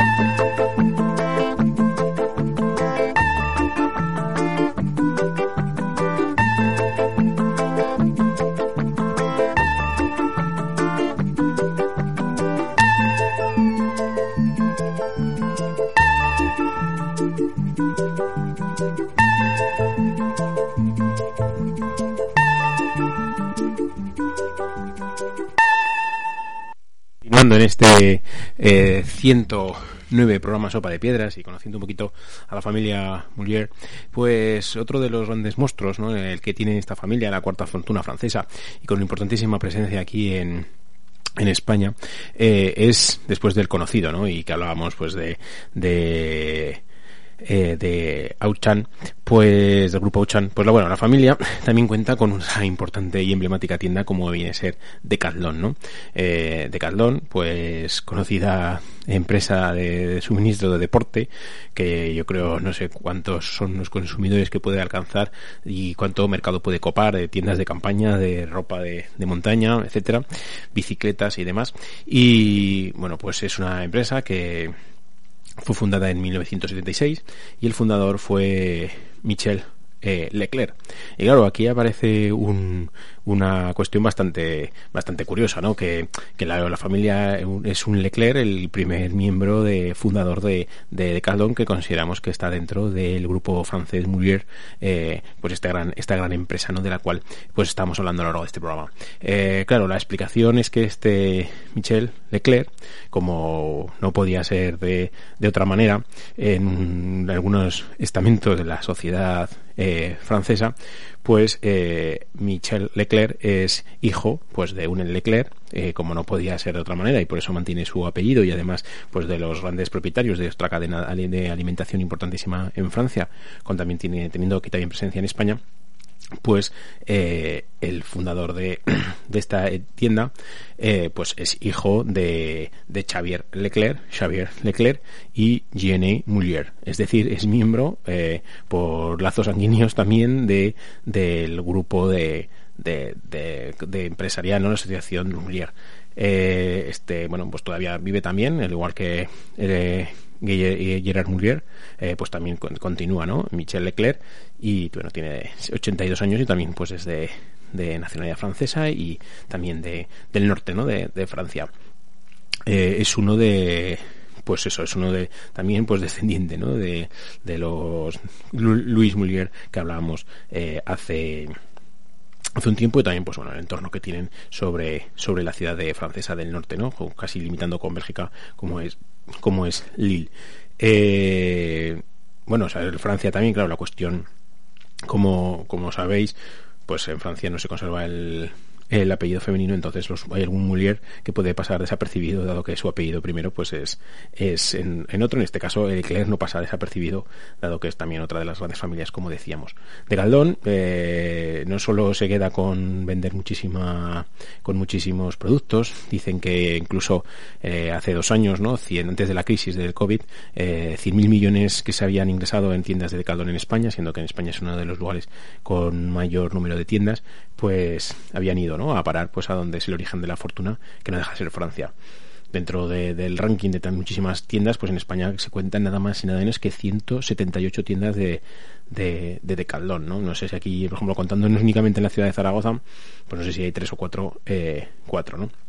En este eh, ciento nueve programa Sopa de Piedras y conociendo un poquito a la familia Moulier, pues otro de los grandes monstruos, ¿no?, el que tiene esta familia, la cuarta fortuna francesa, y con importantísima presencia aquí en en España, eh, es después del conocido, ¿no?, y que hablábamos pues de de Eh, de Auchan, pues del grupo Auchan, pues la, bueno, la familia también cuenta con una importante y emblemática tienda como viene a ser Decathlon, ¿no? Eh, Decathlon, pues conocida empresa de, de suministro de deporte, que yo creo, no sé cuántos son los consumidores que puede alcanzar y cuánto mercado puede copar, de tiendas de campaña, de ropa de, de montaña, etcétera, bicicletas y demás. Y bueno, pues es una empresa que fue fundada en mil novecientos setenta y seis y el fundador fue Michel eh, Leclerc. Y claro, aquí aparece un, una cuestión bastante bastante curiosa, ¿no? Que, que la, la familia es un Leclerc, el primer miembro de fundador de, de Decathlon, que consideramos que está dentro del grupo francés Moulier, eh, pues esta gran esta gran empresa, ¿no?, de la cual pues estamos hablando a lo largo de este programa. Eh, claro, la explicación es que este Michel Leclerc, como no podía ser de, de otra manera, en algunos estamentos de la sociedad eh, francesa, pues eh, Michel Leclerc es hijo pues de un Leclerc, eh, como no podía ser de otra manera, y por eso mantiene su apellido, y además pues de los grandes propietarios de otra cadena de alimentación importantísima en Francia, con también tiene, teniendo aquí también presencia en España. Pues eh, el fundador de, de esta tienda eh, pues es hijo de, de Xavier Leclerc, Xavier Leclerc y Jeanne Moulier, es decir, es miembro eh, por lazos sanguíneos también de del grupo de de, de, de empresarial, ¿no?, la asociación Moulier. Eh, este, bueno, pues todavía vive también, al igual que eh, Gerard Moulier, eh, pues también continúa, ¿no?, Michel Leclerc, y bueno, tiene ochenta y dos años y también pues es de, de nacionalidad francesa y también de del norte, ¿no?, de, de Francia. Eh, es uno de pues eso, es uno de también pues descendiente, ¿no?, de, de los Louis Moulier que hablábamos eh, hace hace un tiempo, y también pues bueno, el entorno que tienen sobre sobre la ciudad de francesa del norte, ¿no?, casi limitando con Bélgica, como es como es Lille. Eh, bueno, o sea, Francia también, claro, la cuestión, como como sabéis, pues en Francia no se conserva el el apellido femenino, entonces los, hay algún Moulier que puede pasar desapercibido, dado que su apellido primero pues es es en, en otro, en este caso el Leclerc no pasa desapercibido, dado que es también otra de las grandes familias, como decíamos. Decathlon eh, no solo se queda con vender muchísima con muchísimos productos, dicen que incluso eh, hace dos años, ¿no?, cien, antes de la crisis del COVID, eh, cien mil millones que se habían ingresado en tiendas de Decathlon en España, siendo que en España es uno de los lugares con mayor número de tiendas, pues habían ido, ¿no?, a parar pues a donde es el origen de la fortuna, que no deja de ser Francia. Dentro de, del ranking de tan muchísimas tiendas, pues en España se cuentan nada más y nada menos que ciento setenta y ocho tiendas de, de, de Decathlon, ¿no? No sé si aquí, por ejemplo, contándonos únicamente en la ciudad de Zaragoza, pues no sé si hay tres o cuatro, eh, cuatro, ¿no?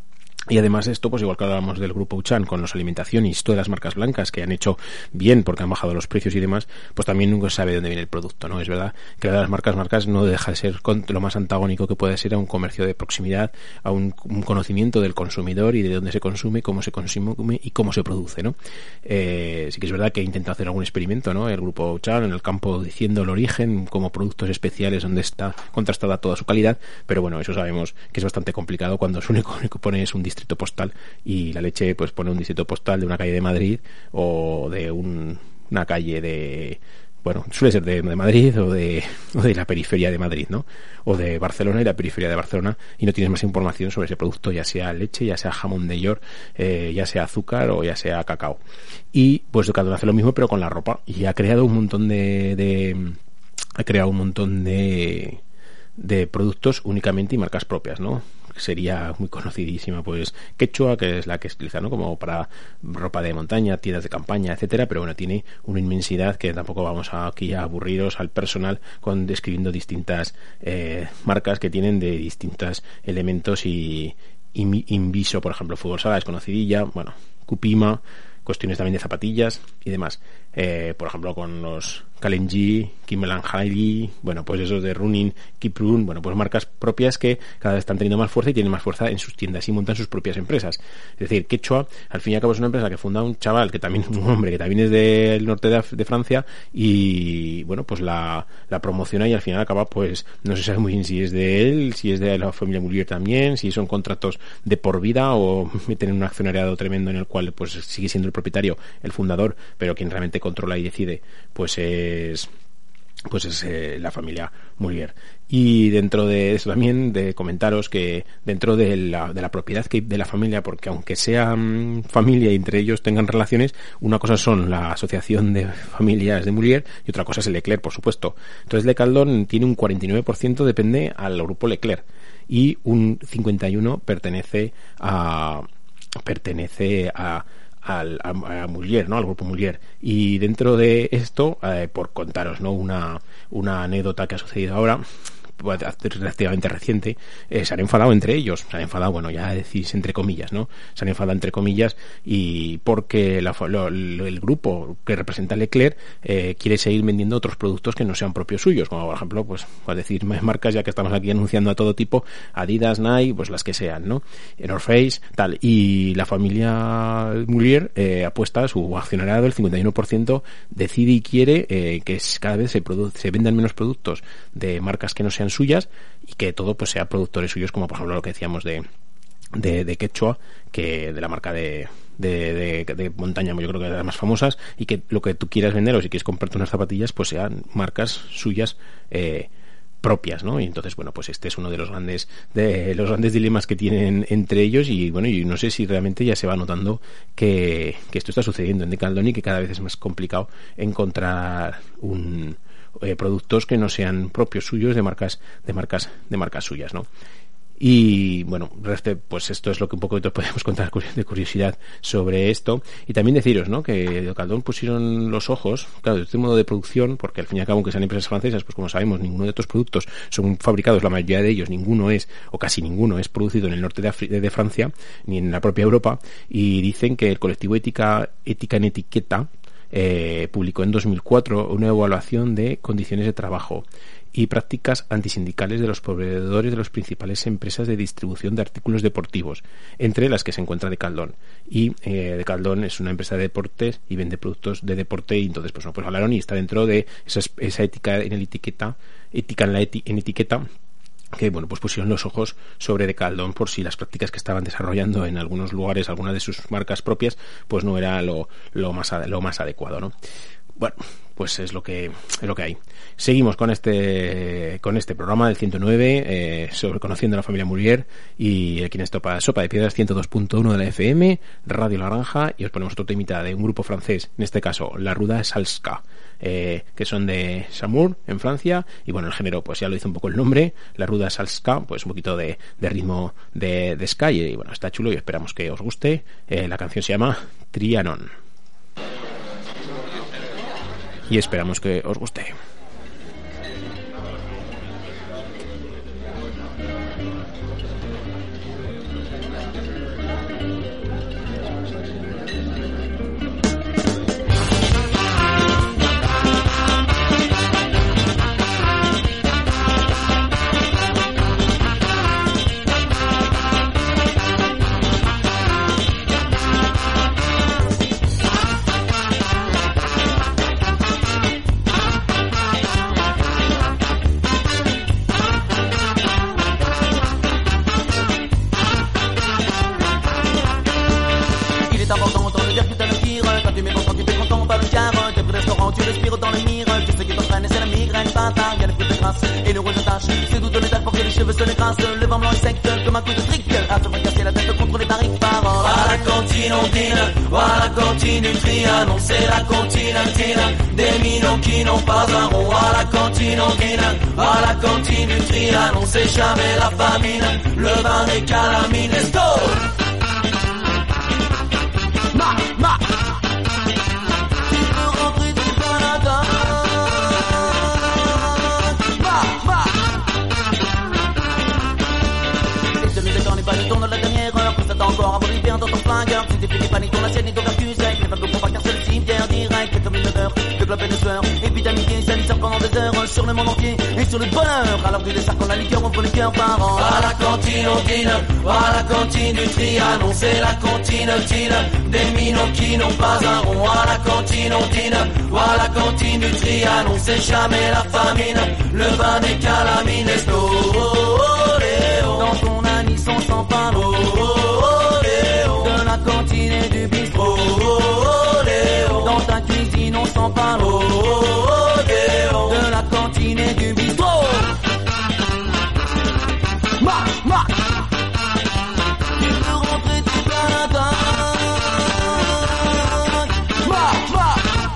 Y además de esto, pues igual que hablábamos del grupo Uchan con los alimentación y todas las marcas blancas que han hecho bien porque han bajado los precios y demás, pues también nunca se sabe de dónde viene el producto, ¿no? Es verdad que las marcas marcas no deja de ser lo más antagónico que puede ser a un comercio de proximidad, a un, un conocimiento del consumidor y de dónde se consume, cómo se consume y cómo se produce, ¿no? Eh, sí que es verdad que intenta hacer algún experimento, ¿no? El grupo Uchan en el campo diciendo el origen como productos especiales donde está contrastada toda su calidad, pero bueno, eso sabemos que es bastante complicado cuando su único que pone es un distrito postal y la leche pues pone un distrito postal de una calle de Madrid o de un, una calle de, bueno, suele ser de, de Madrid o de, o de la periferia de Madrid, ¿no? O de Barcelona y la periferia de Barcelona, y no tienes más información sobre ese producto, ya sea leche, ya sea jamón de York, eh, ya sea azúcar o ya sea cacao. Y pues Decathlon hace lo mismo pero con la ropa y ha creado un montón de, de ha creado un montón de de productos únicamente y marcas propias, ¿no? Sería muy conocidísima pues Quechua, que es la que se utiliza, ¿no? Como para ropa de montaña, tiendas de campaña, etcétera, pero bueno, tiene una inmensidad que tampoco vamos a, aquí a aburriros al personal con describiendo distintas eh, marcas que tienen de distintos elementos y, y Inviso, por ejemplo, Fútbol Sala es conocidilla, bueno, Cupima, cuestiones también de zapatillas y demás. Eh, por ejemplo, con los Kalenji, Kimmel and Hailey, bueno, pues esos de Running, Kiprun, bueno, pues marcas propias que cada vez están teniendo más fuerza y tienen más fuerza en sus tiendas y montan sus propias empresas. Es decir, Quechua, al fin y al cabo, es una empresa que funda un chaval que también, un hombre que también es del norte de, de Francia y, bueno, pues la, la promociona y al final acaba, pues, no se sabe muy bien si es de él, si es de la familia Moulier también, si son contratos de por vida o meten un accionariado tremendo en el cual, pues, sigue siendo el propietario, el fundador, pero quien realmente controla y decide, pues es pues es eh, la familia Moulier. Y dentro de eso también de comentaros que dentro de la, de la propiedad que de la familia, porque aunque sean familia y entre ellos tengan relaciones, una cosa son la asociación de familias de Moulier y otra cosa es el Leclerc, por supuesto. Entonces Decathlon tiene un cuarenta y nueve por ciento depende al grupo Leclerc y un cincuenta y uno por ciento pertenece a pertenece a Al, a, a Moulier, ¿no? Al grupo Moulier. Y dentro de esto, eh, por contaros, ¿no? Una, una anécdota que ha sucedido ahora, relativamente reciente, eh, se han enfadado entre ellos, se han enfadado, bueno, ya decís entre comillas, ¿no? Se han enfadado entre comillas y porque la, lo, lo, el grupo que representa a Leclerc eh, quiere seguir vendiendo otros productos que no sean propios suyos, como por ejemplo, pues, pues decir marcas, ya que estamos aquí anunciando a todo tipo, Adidas, Nike, pues las que sean, ¿no? North Face, tal, y la familia Moulier eh, apuesta, su accionariado, el cincuenta y uno por ciento decide y quiere eh, que cada vez se, produ- se vendan menos productos de marcas que no sean suyas y que todo pues sea productores suyos, como por ejemplo lo que decíamos de de, de Quechua, que de la marca de de, de, de montaña, yo creo que es de las más famosas, y que lo que tú quieras vender o si quieres comprarte unas zapatillas pues sean marcas suyas eh, propias, ¿no? Y entonces, bueno, pues este es uno de los grandes de los grandes dilemas que tienen entre ellos y bueno, y no sé si realmente ya se va notando que, que esto está sucediendo en Decathlon y que cada vez es más complicado encontrar un Eh, productos que no sean propios suyos de marcas de marcas de marcas suyas, ¿no? Y bueno, pues esto es lo que un poco podemos contar de curiosidad sobre esto. Y también deciros, ¿no?, que Decathlon pusieron los ojos, claro, de este modo de producción, porque al fin y al cabo, aunque sean empresas francesas, pues como sabemos, ninguno de estos productos son fabricados, la mayoría de ellos, ninguno es, o casi ninguno es producido en el norte de, Afri- de Francia, ni en la propia Europa, y dicen que el colectivo Ética, Ética en Etiqueta eh, publicó en dos mil cuatro una evaluación de condiciones de trabajo y prácticas antisindicales de los proveedores de las principales empresas de distribución de artículos deportivos, entre las que se encuentra Decathlon. Y eh, Decathlon es una empresa de deportes y vende productos de deporte, y entonces pues no pues hablaron y está dentro de esa, esa ética en el etiqueta, ética en la eti, en etiqueta, que bueno, pues pusieron los ojos sobre Decathlon por si las prácticas que estaban desarrollando en algunos lugares, algunas de sus marcas propias, pues no era lo, lo más lo más adecuado, ¿no? Bueno, pues es lo que es lo que hay. Seguimos con este con este programa del ciento nueve eh, sobre conociendo a la familia Moulier, y aquí en Sopa, Sopa de Piedras ciento dos punto uno de la F M, Radio Laranja, y os ponemos otro temita de un grupo francés, en este caso La Ruda Salska, eh, que son de Saumur, en Francia, y bueno, el género pues ya lo dice un poco el nombre, La Ruda Salska, pues un poquito de, de ritmo de, de Sky, y bueno, está chulo y esperamos que os guste. Eh, la canción se llama Trianon. Y esperamos que os guste.
quand tu respires dans le miracle. Tout ce qui t'entraîne c'est la migraine, bâtard. Y'a les fruits de grâce et le rouge de tache. C'est tout les dates pour que les cheveux se décrassent. Le vent blanc est sec comme un coup de trick. À te faire casser la tête contre les barriques par an. À la cantine on dîne, à la cantine du Trianon. C'est la cantine altine des minots qui n'ont pas un rond. À la cantine on dîne, à la cantine du Trianon. C'est jamais la famine, le vin des calamines. Let's go! Ma, ma. Tu peux rentrer du Canada. Ma, ma. Les amis de carnaval, ils tournent la dernière heure. Que ça t'a encore avant l'hiver dans ton flingueur. Tu t'es fait des paniques, ton assiette et ton cul sec. Les femmes de combat car c'est le cimetière direct. C'est comme une odeur de clope et de sueur. Et puis d'amitié, ça sert pendant des heures. Sur le monde entier et sur le bonheur. Alors que les sacs ont la liqueur, on fait le cœur par an. À la cantine on dîne, à la cantine du Trianon. C'est la cantine altine des minots qui n'ont pas un rond. À la cantine on dîne, à la cantine du Trianon. C'est jamais la famine, le vin des calamines. Let's go, oh, oh, oh, dans ton anisson sans pain. Oh, oh, oh, de la cantine et du bistrot. Oh, oh, oh, dans ta cuisine on s'en parle. Oh, oh, oh, de la cantine et du bistrot. Ma, ma. Tu peux rentrer du Canada. Ma, ma.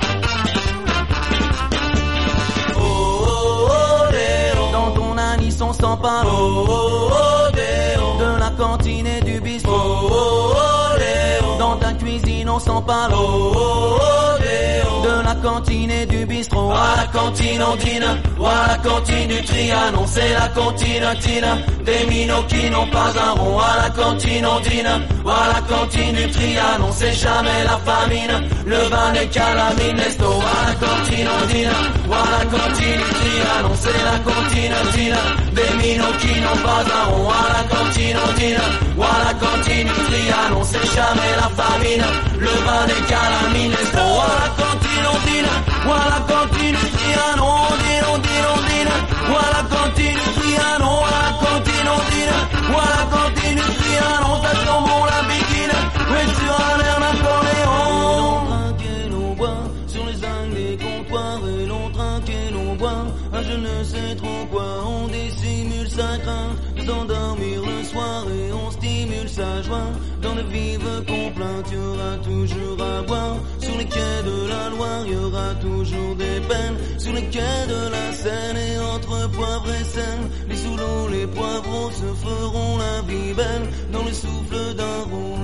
Oh, oh, oh, dans ton anisson sans parle. Oh, oh, oh, de la cantine et du bistrot. Oh, oh, oh, dans ta cuisine on s'en parle. Oh, oh, oh, de la cantine et du bistrot. À la cantine on dîne, à la cantine du Trianon. C'est la cantine intine des minots qui n'ont pas un rond. À la cantine on dîne, à la cantine du Trianon. C'est jamais la famine, le vin des calamines. Let's go. À la cantine on dîne, à la cantine du Trianon. C'est la cantine intine des minots qui n'ont pas un rond. À la cantine on dîne, à la cantine du Trianon. C'est jamais la famine, le vin des calamines. Let's go. À la cantine on dîne, à la cantine du Trianon. On dîne, on dîne, on dîne, à la cantine du Trianon. À la cantine on dîne, à la cantine du Trianon. Ça sent bon la bikine, mais sur un air Napoléon. On trinque et l'on boit sur les angles des comptoirs. Et l'on trinque et l'on boit à je ne sais trop quoi. On dissimule sa crainte de s'endormir le soir. Et on stimule sa joie dans de vives complaintes. Il y aura toujours à boire sur les quais de la Loire. Il y aura toujours des peines sur les quais de la Seine. Et entre poivre et Seine, les sous l'eau, les poivrons se feront la vie belle dans le souffle d'un rond.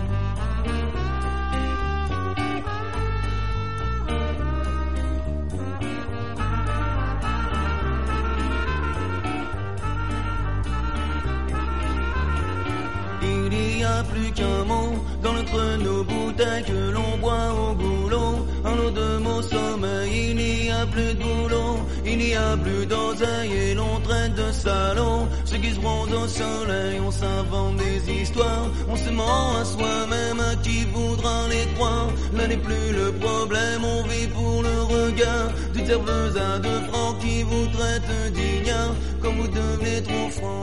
Il n'y a plus qu'un mot dans le creux de nos bouteilles que l'on boit au goulot. Un lot de mots sommeil, il n'y a plus de boulot, il n'y a plus d'oseille et l'on traite de salauds ceux qui se bronzent au soleil. On s'invente des histoires, on se ment à soi-même, à qui voudra les croire. Là n'est plus le problème, on vit pour le regard d'une serveuse à deux francs qui vous traite d'ignare comme vous devenez trop franc.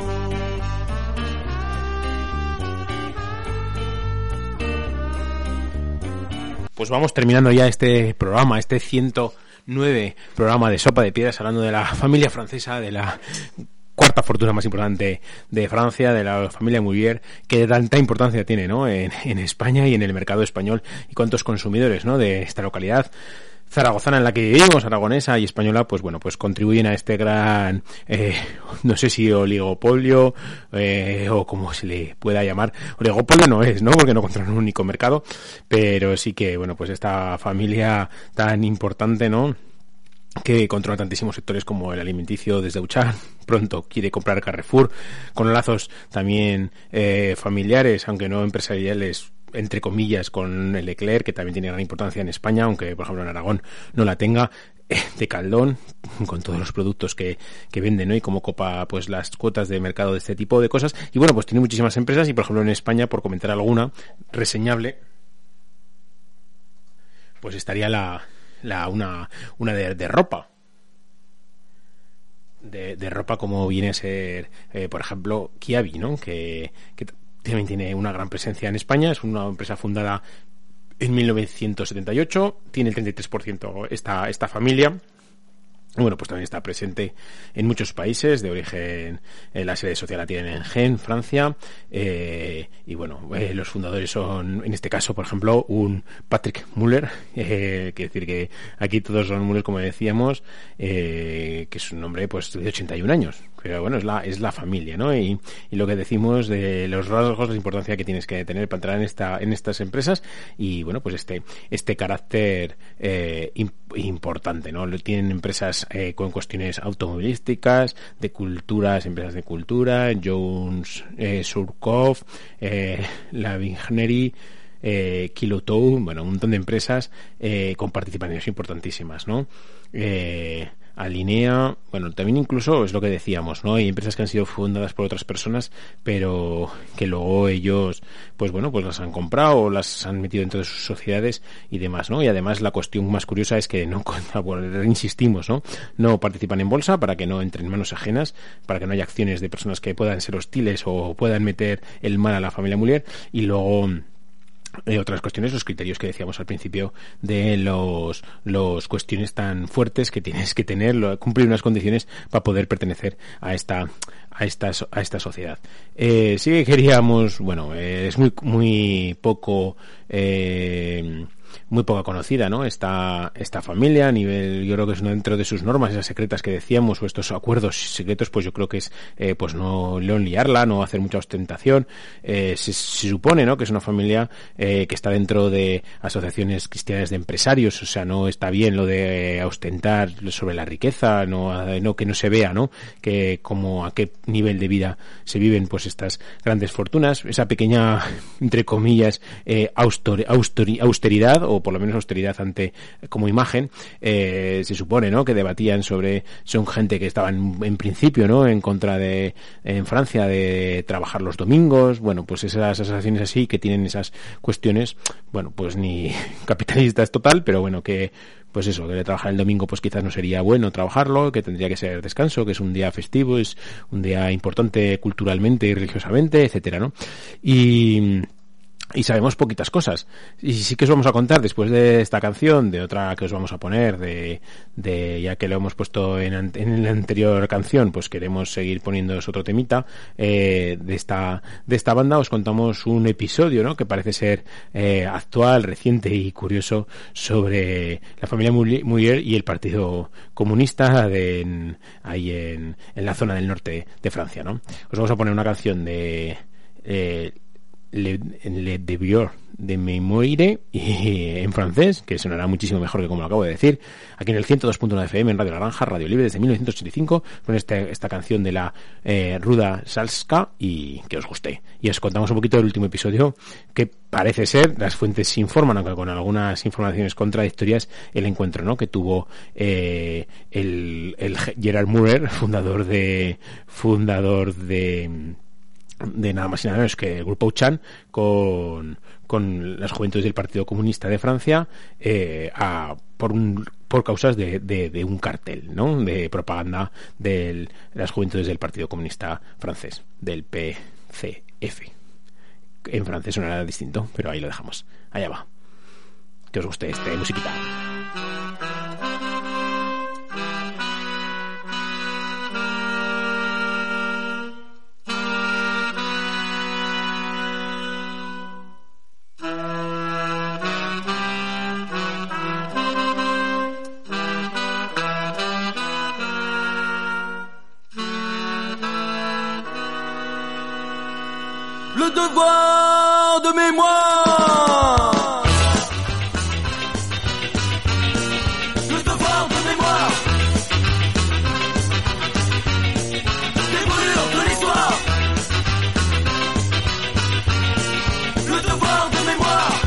Pues vamos terminando ya este programa, este ciento nueve programa de Sopa de Piedras, hablando de la familia francesa, de la cuarta fortuna más importante de Francia, de la familia Moulier, que tanta importancia tiene, ¿no?, en, en España y en el mercado español, y cuántos consumidores, ¿no?, de esta localidad zaragozana en la que vivimos, aragonesa y española, pues bueno, pues contribuyen a este gran, eh, no sé si oligopolio, eh, o como se le pueda llamar. Oligopolio no es, ¿no?, porque no controlan un único mercado, pero sí que, bueno, pues esta familia tan importante, ¿no?, que controla tantísimos sectores como el alimenticio desde Auchan, pronto quiere comprar Carrefour, con lazos también eh, familiares, aunque no empresariales, entre comillas, con el Leclerc, que también tiene gran importancia en España, aunque por ejemplo en Aragón no la tenga, de Caldón, con todos los productos que, que venden, ¿no?, y cómo copa pues las cuotas de mercado de este tipo de cosas. Y bueno, pues tiene muchísimas empresas, y por ejemplo en España, por comentar alguna reseñable, pues estaría la la una una de, de ropa de, de ropa como viene a ser eh, por ejemplo Kiabi, ¿no?, que, que también tiene una gran presencia en España. Es una empresa fundada en mil novecientos setenta y ocho, tiene el treinta y tres por ciento esta, esta familia. Bueno, pues también está presente en muchos países de origen. Eh, la sede social la tienen en Gen, Francia, eh, y bueno, eh, los fundadores son, en este caso, por ejemplo, un Patrick Müller, eh, quiere decir que aquí todos son Müller, como decíamos, eh, que es un hombre pues de ochenta y un años, pero bueno, es la es la familia, ¿no? Y, y lo que decimos de los rasgos, la importancia que tienes que tener para entrar en esta en estas empresas, y bueno, pues este este carácter eh, imp- importante, ¿no? Tienen empresas Eh, con cuestiones automovilísticas, de culturas, empresas de cultura, Jones, eh, Surkov, eh, la Vigneri, eh, Kilotow, bueno, un montón de empresas eh, con participaciones importantísimas, ¿no? Eh, Alinea, bueno, también incluso es lo que decíamos, ¿no? Hay empresas que han sido fundadas por otras personas, pero que luego ellos, pues bueno, pues las han comprado o las han metido dentro de sus sociedades y demás, ¿no? Y además la cuestión más curiosa es que no, bueno, insistimos, ¿no? No participan en bolsa para que no entren en manos ajenas, para que no haya acciones de personas que puedan ser hostiles o puedan meter el mal a la familia Müller, y luego Eh, otras cuestiones, los criterios que decíamos al principio de los los cuestiones tan fuertes que tienes que tener, lo, cumplir unas condiciones para poder pertenecer a esta a esta a esta sociedad. Eh, sí que queríamos, bueno, eh, es muy muy poco eh, muy poca conocida, ¿no? Esta esta familia a nivel, yo creo que es dentro de sus normas, esas secretas que decíamos, o estos acuerdos secretos, pues yo creo que es eh, pues no, no liarla, no hacer mucha ostentación. Eh, se, se supone, ¿no?, que es una familia eh, que está dentro de asociaciones cristianas de empresarios, o sea, no está bien lo de ostentar sobre la riqueza, no, no que no se vea, ¿no?, que como a qué nivel de vida se viven pues estas grandes fortunas, esa pequeña, entre comillas, eh, austor, austor, austeridad, o por lo menos austeridad ante como imagen, eh, se supone, ¿no?, que debatían sobre, son gente que estaban en principio, ¿no?, en contra de, en Francia, de trabajar los domingos, bueno, pues esas asociaciones así que tienen esas cuestiones, bueno, pues ni capitalistas total, pero bueno, que pues eso, que de trabajar el domingo pues quizás no sería bueno trabajarlo, que tendría que ser descanso, que es un día festivo, es un día importante culturalmente y religiosamente, etcétera, ¿no? Y y sabemos poquitas cosas, y sí que os vamos a contar después de esta canción, de otra que os vamos a poner, de, de ya que lo hemos puesto en, en la anterior canción, pues queremos seguir poniéndoos otro temita eh, de esta de esta banda. Os contamos un episodio, ¿no?, que parece ser eh, actual, reciente y curioso sobre la familia Müller y el Partido Comunista de, en, ahí en, en la zona del norte de Francia, ¿no? Os vamos a poner una canción de eh, Le, Le Devoir de Memoire, y en francés, que sonará muchísimo mejor que como lo acabo de decir, aquí en el ciento dos punto nueve F M en Radio Naranja, Radio Libre, desde mil novecientos ochenta y cinco, con este, esta canción de la eh, Ruda Salska, y que os guste. Y os contamos un poquito del último episodio, que parece ser, las fuentes informan, aunque con algunas informaciones contradictorias, el encuentro, ¿no?, que tuvo eh, el, el Gerard Müller, fundador de fundador de de nada más y nada menos que el grupo Auchan, con, con las juventudes del Partido Comunista de Francia, eh, a, por un, por causas de, de, de un cartel, ¿no?, de propaganda de las juventudes del Partido Comunista francés, del P C F. En francés sonará distinto, pero ahí lo dejamos. Allá va. Que os guste este musiquita.
Le devoir de mémoire. Le devoir de mémoire. Dévolure de l'histoire. Le devoir de mémoire.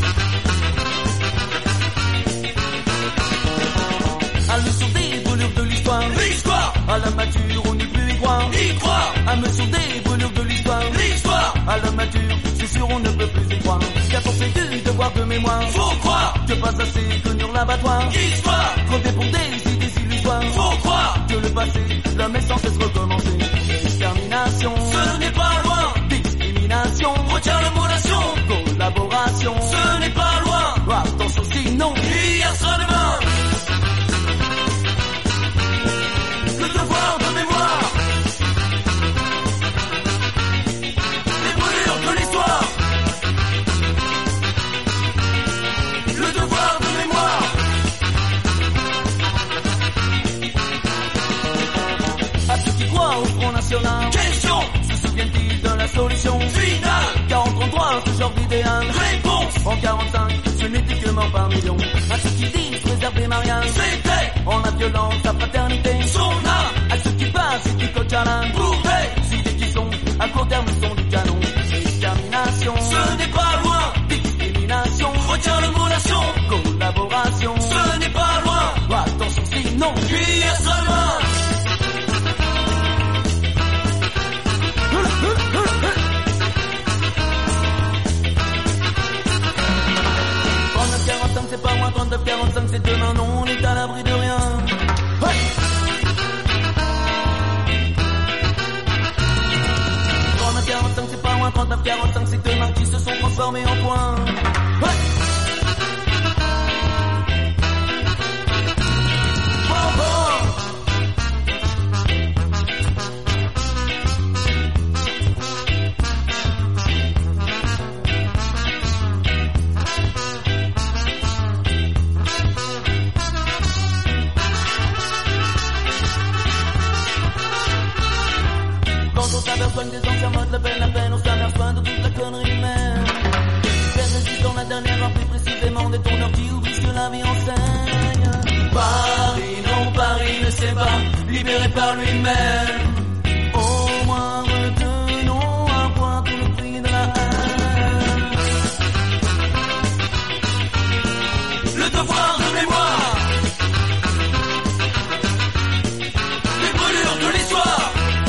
À mesure des volures de l'histoire. L'histoire. À la mature, on ne peut y croire. Y croire. À mesure des volures de l'histoire. L'histoire. À la mature, c'est sûr on ne peut plus y croire. Qu'à forcer du devoir de mémoire, faut croire que pas assez connu l'abattoir. Histoire, compter pour des idées illusoires. Faut croire que le passé, jamais sans cesse recommencer. Extermination, ce n'est pas loin. Discrimination, retiens le mot nation. Collaboration, ce n'est pas loin.
sera demain. Le devoir de mémoire, les brûlures de l'histoire. Le devoir de mémoire. À ceux qui croient au Front National, question, se souviennent-ils de la solution finale? quarante trente-trois, ce genre d'idéal. Réponse, en quarante-cinq, ce n'était que mort par millions. À ceux qui disent réserver mariage, c'était en la violence, la fraternité, son âme. À ceux qui passent et qui coachent à l'âme, pour des idées qui sont à court terme, sont du canon. Extermination, ce n'est pas loin. Discrimination, retiens le mot nation. Collaboration, ce n'est pas loin. Attention sinon, hier sera demain. trente-neuf quarante-cinq c'est pas moi, trente-neuf quarante-cinq c'est demain, non on est à l'abri de rien. Ouais. trente-neuf quarante-cinq c'est pas moi, trente-neuf quarante-cinq c'est demain qui se sont transformés en points. Ouais. Oh, oh. On s'aperçoit des anciens modes, la peine, la peine, on s'aperçoit de toute la connerie humaine. Faire résiste dans la dernière heure, plus précisément des tourneurs qui oublient ce que la vie enseigne. Paris, non, Paris ne s'est pas libéré par lui-même. Au moins retenons à point tout le prix de la haine. Le devoir de mémoire, les brûlures de l'histoire.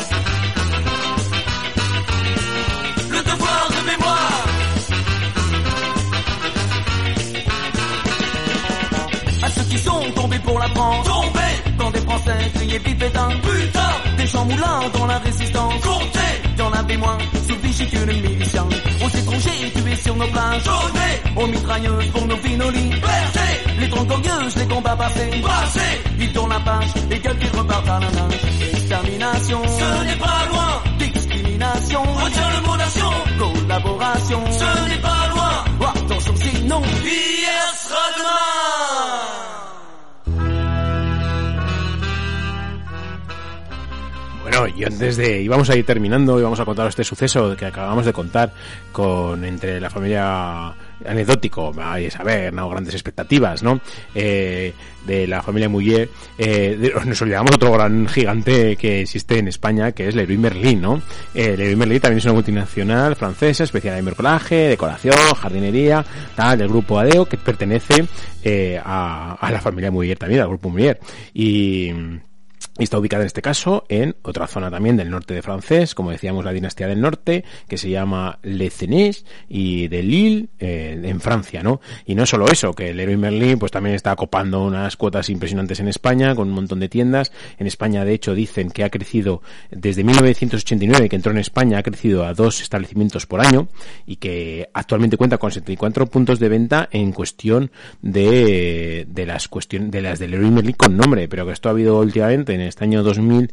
À ceux qui sont tombés pour la France, tombés quand des Français criaient vive Pétain, putain, des champs moulins dans la résistance, comptez, y'en avait moins sous Vichy que les miliciens. Aux étrangers tués sur nos plages, donnés aux mitrailleuses pour nos vies, nos libertés. Les troncs orgueilleux, les combats passés, passés, ils tournent la page et quelques repartent à la nage. Extermination, ce n'est pas loin. Discrimination, retiens le mot nation. Collaboration, ce n'est pas loin. Oh, attention sinon, hier sera demain.
Bueno, y antes de... íbamos a ir terminando y vamos a contar este suceso que acabamos de contar con entre la familia... anecdótico, vais a ver, no grandes expectativas, ¿no? Eh, de la familia Moulier, eh, de, nos olvidamos de otro gran gigante que existe en España, que es Leroy Merlin, ¿no? Eh, Leroy Merlin también es una multinacional francesa, especial en bricolaje, decoración, jardinería, tal, del grupo Adeo, que pertenece eh, a, a la familia Moulier también, al grupo Moulier. Y... Y está ubicada en este caso en otra zona también del norte de francés, como decíamos, la dinastía del norte, que se llama Les Cenés, y de Lille, eh, en Francia, ¿no? Y no solo eso, que Leroy Merlin pues también está copando unas cuotas impresionantes en España, con un montón de tiendas. En España, de hecho, dicen que ha crecido desde mil novecientos ochenta y nueve, que entró en España, ha crecido a dos establecimientos por año, y que actualmente cuenta con setenta y cuatro puntos de venta en cuestión de, de las cuestiones, de las de Leroy Merlin con nombre, pero que esto ha habido últimamente en este año dos mil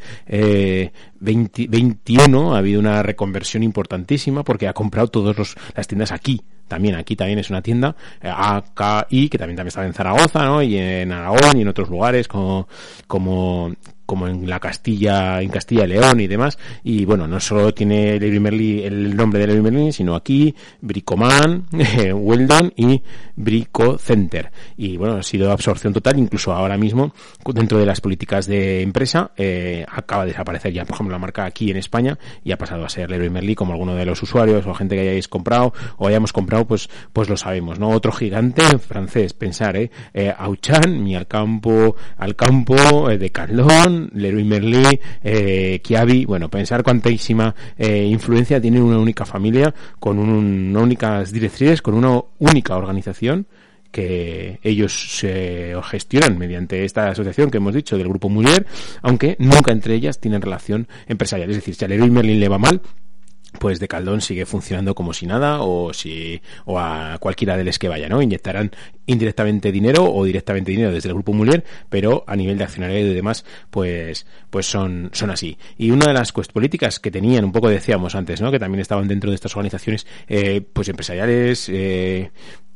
veintiuno ha habido una reconversión importantísima porque ha comprado todas las tiendas aquí. También aquí también es una tienda eh, A K I que también, también está en Zaragoza, ¿no? Y en Aragón y en otros lugares como como como en la Castilla, en Castilla y León y demás. Y bueno, no solo tiene Leroy Merlin el nombre de Leroy Merlin, sino aquí Bricoman, eh, Weldon y Brico Center. Y bueno, ha sido absorción total, incluso ahora mismo dentro de las políticas de empresa eh, acaba de desaparecer ya, por ejemplo, la marca aquí en España y ha pasado a ser Leroy Merlin, como alguno de los usuarios o gente que hayáis comprado o hayamos comprado, pues pues lo sabemos, ¿no? Otro gigante francés, pensar, eh, eh Auchan, Mi Alcampo, Alcampo, eh, Decathlon, Leroy Merlin, eh, Kiabi, bueno, pensar cuantísima eh, influencia tiene una única familia, con un, una únicas directrices, con una única organización que ellos se eh, gestionan mediante esta asociación que hemos dicho del grupo Moulier, aunque nunca entre ellas tienen relación empresarial. Es decir, si a Leroy Merlin le va mal, pues Decathlon sigue funcionando como si nada, o si o a cualquiera de los que vaya, ¿no? Inyectarán indirectamente dinero o directamente dinero desde el grupo Muller, pero a nivel de accionariado y demás, pues pues son son así. Y una de las pues, políticas que tenían, un poco decíamos antes, ¿no? Que también estaban dentro de estas organizaciones, eh, pues empresariales, eh,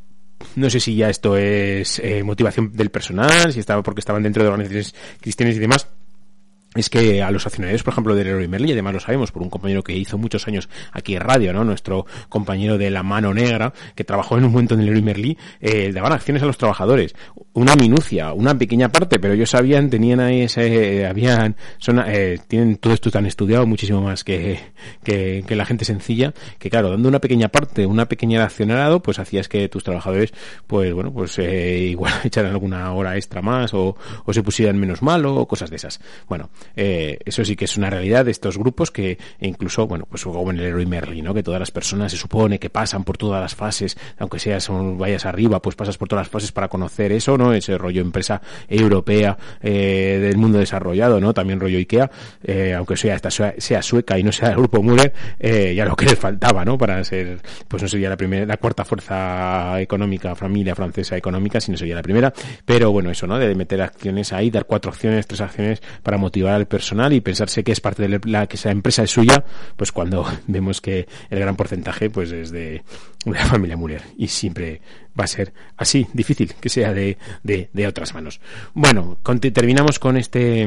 no sé si ya esto es eh, motivación del personal, si estaba porque estaban dentro de organizaciones cristianas y demás. Es que a los accionarios, por ejemplo, del Leroy Merlin, y además lo sabemos por un compañero que hizo muchos años aquí en radio, ¿no? Nuestro compañero de la mano negra, que trabajó en un momento en el Leroy Merlin, eh, daban acciones a los trabajadores. Una minucia, una pequeña parte, pero ellos sabían, tenían ahí ese, eh, habían, son, eh, tienen todo esto tan estudiado muchísimo más que, que, que la gente sencilla, que claro, dando una pequeña parte, una pequeña accionariado, pues hacías que tus trabajadores, pues bueno, pues eh, igual echaran alguna hora extra más, o, o se pusieran menos malo, o cosas de esas. Bueno, Eh, eso sí que es una realidad de estos grupos que incluso, bueno, pues como en el Leroy Merlin, ¿no? Que todas las personas se supone que pasan por todas las fases, aunque seas un, vayas arriba, pues pasas por todas las fases para conocer eso, ¿no? Ese rollo empresa europea eh, del mundo desarrollado, ¿no? También rollo IKEA, eh, aunque sea esta sea sueca y no sea el grupo Müller, eh, ya lo que les faltaba, ¿no? Para ser, pues no sería la primera, la cuarta fuerza económica, familia francesa económica, sino sería la primera, pero bueno, eso, ¿no? De meter acciones ahí, dar cuatro acciones, tres acciones para motivar al personal y pensarse que es parte de la que esa empresa es suya, pues cuando vemos que el gran porcentaje pues es de, de la familia Müller, y siempre va a ser así, difícil que sea de, de, de otras manos. Bueno, con, terminamos con este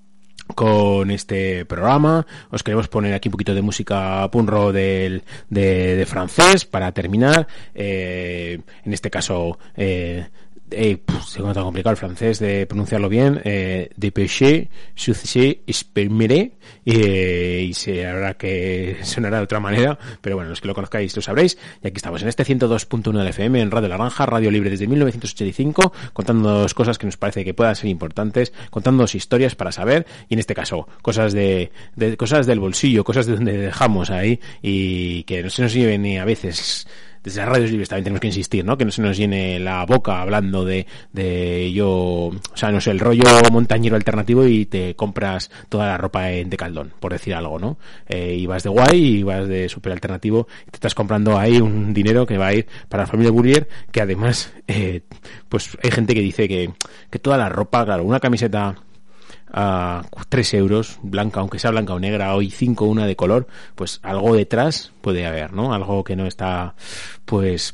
con este programa. Os queremos poner aquí un poquito de música punk rock del, de, de francés para terminar, eh, en este caso eh, Eh, se me ha tan complicado el francés de pronunciarlo bien, eh, de péché, succès, espémeré, eh, y se habrá que sonará de otra manera, pero bueno, los que lo conozcáis lo sabréis. Y aquí estamos en este ciento dos punto uno del F M en Radio Naranja, radio libre desde mil novecientos ochenta y cinco, contándonos cosas que nos parece que puedan ser importantes, contándonos historias para saber, y en este caso cosas de, de cosas del bolsillo, cosas de donde dejamos ahí, y que no se nos lleven ni a veces. Desde las radios libres también tenemos que insistir, ¿no? Que no se nos llene la boca hablando de, de yo, o sea, no sé, el rollo montañero alternativo y te compras toda la ropa en Decathlon, por decir algo, ¿no? Eh, y vas de guay y vas de super alternativo y te estás comprando ahí un dinero que va a ir para la familia Burrier, que además, eh, pues hay gente que dice que, que toda la ropa, claro, una camiseta a tres euros, blanca, aunque sea blanca o negra, hoy cinco una de color, pues algo detrás puede haber, ¿no? Algo que no está, pues,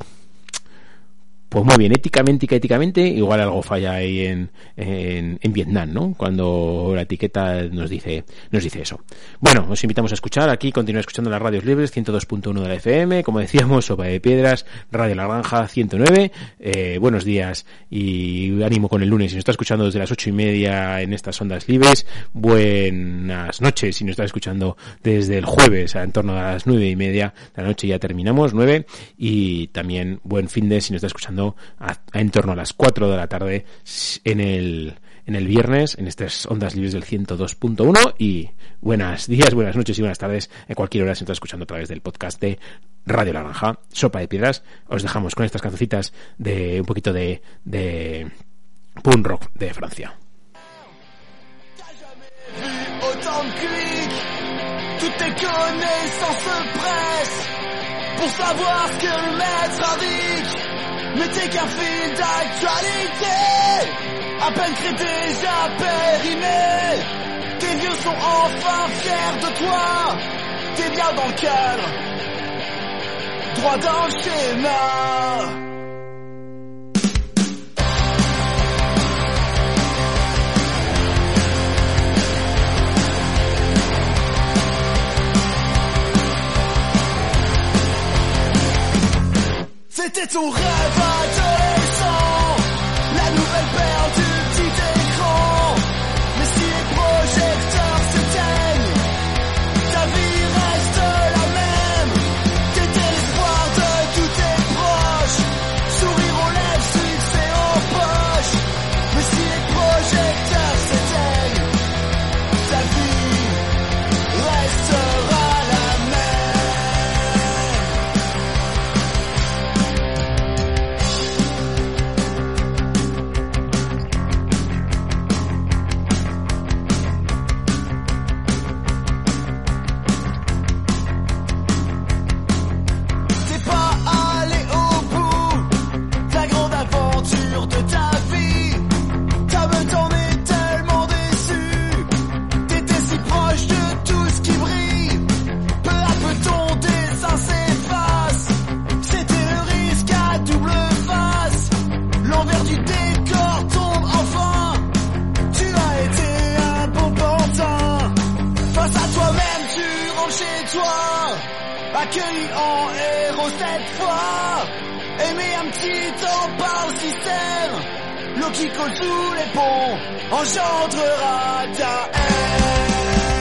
pues muy bien, éticamente y éticamente, igual algo falla ahí en, en, en Vietnam, ¿no? Cuando la etiqueta nos dice, nos dice eso. Bueno, os invitamos a escuchar aquí, continuar escuchando las radios libres, ciento dos punto uno de la F M, como decíamos, Sopa de Piedras, Radio Naranja, ciento nueve, eh, buenos días y ánimo con el lunes, si nos está escuchando desde las ocho y media en estas ondas libres, buenas noches, si nos está escuchando desde el jueves, a en torno a las nueve y media de la noche ya terminamos, nueve, y también buen fin de si nos está escuchando A, a en torno a las cuatro de la tarde en el en el viernes en estas ondas libres del ciento dos punto uno, y buenos días, buenas noches y buenas tardes en cualquier hora si estás escuchando a través del podcast de Radio Naranja, Sopa de Piedras. Os dejamos con estas cancioncitas de un poquito de de punk rock de Francia.
Pour savoir ce que le maître indique, n'était qu'un fil d'actualité, à peine créé déjà périmé. Tes vieux sont enfin fiers de toi, t'es bien dans le cadre, droit dans le schéma. C'était ton rêve adolescent, la nouvelle paire du petit écran. Mais si les projecteurs s'éteignent, ta vie reste la même. T'étais l'espoir de tous tes proches, sourire aux lèvres, succès en poche. Mais si les projecteurs s'éteignent, ta vie restera la même.
toi, accueilli en héros cette fois, aimé un petit temps par le système, l'eau qui coule sous les ponts engendrera ta haine.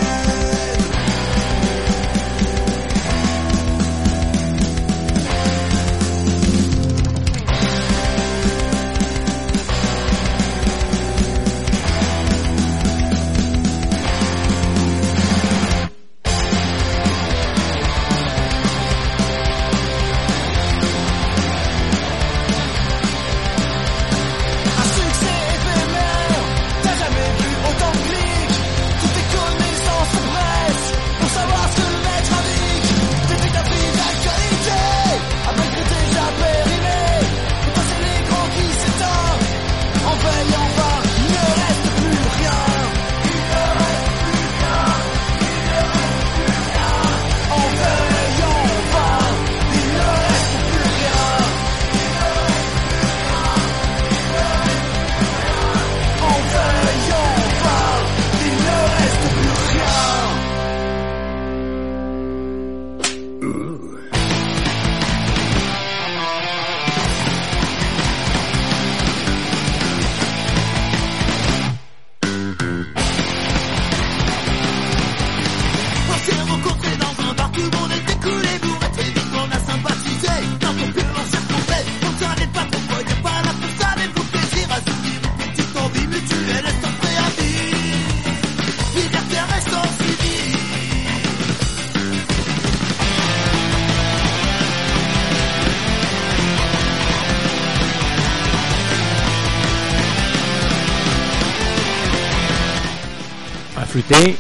Fruité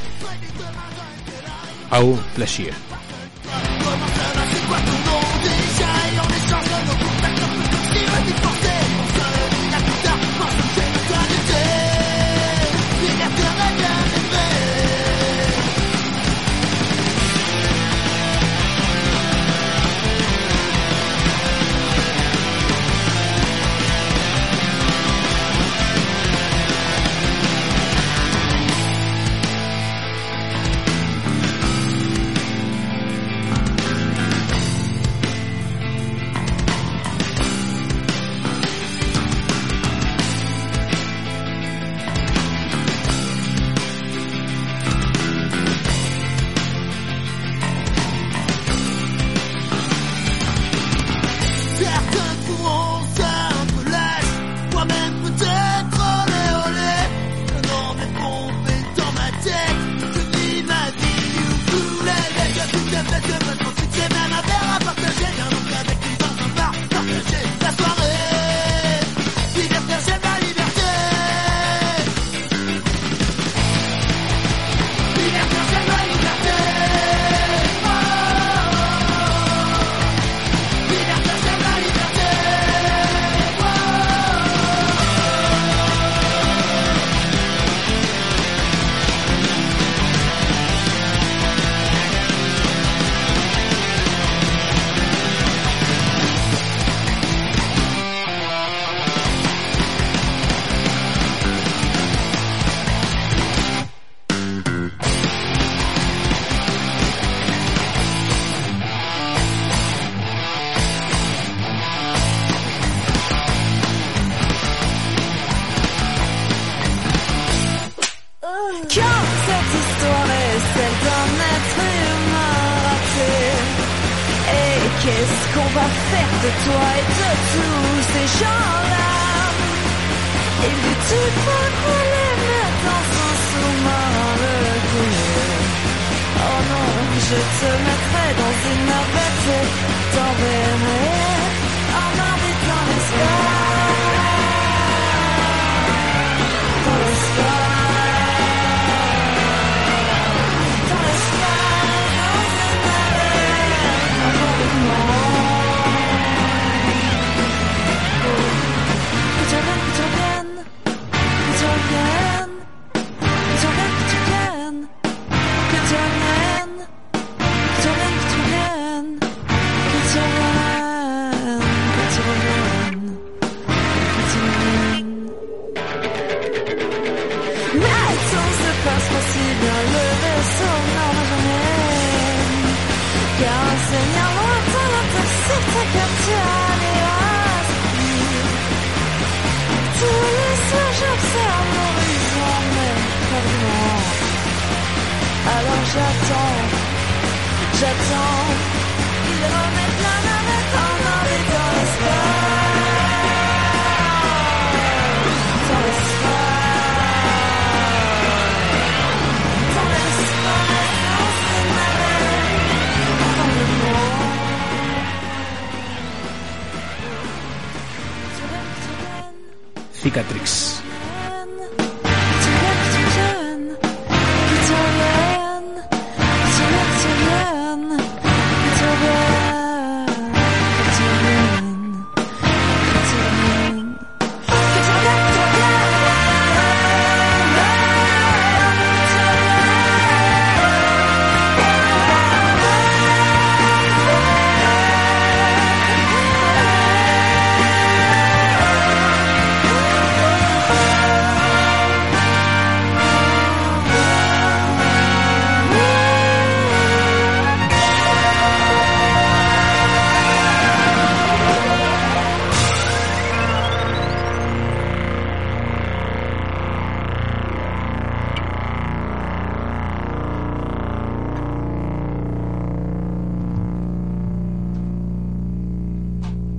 au plaisir.
Qu'est-ce qu'on va faire de toi et de tous ces gens-là? Et lui tu pourrais les mettre dans un sous-marin le couler. Oh non, je te mettrai dans une navette et t'enverrai en orbite dans l'espace. Dans l'espace. Car un seigneur lointain l'intercepte sa capitale et aspire. Tous les soirs j'observe l'horizon, mais pas vraiment. Alors j'attends, j'attends qu'ils remettent la navette en orbite dans l'espace. Dans l'espace. Dans l'espace. Dans le monde.
Cicatrix.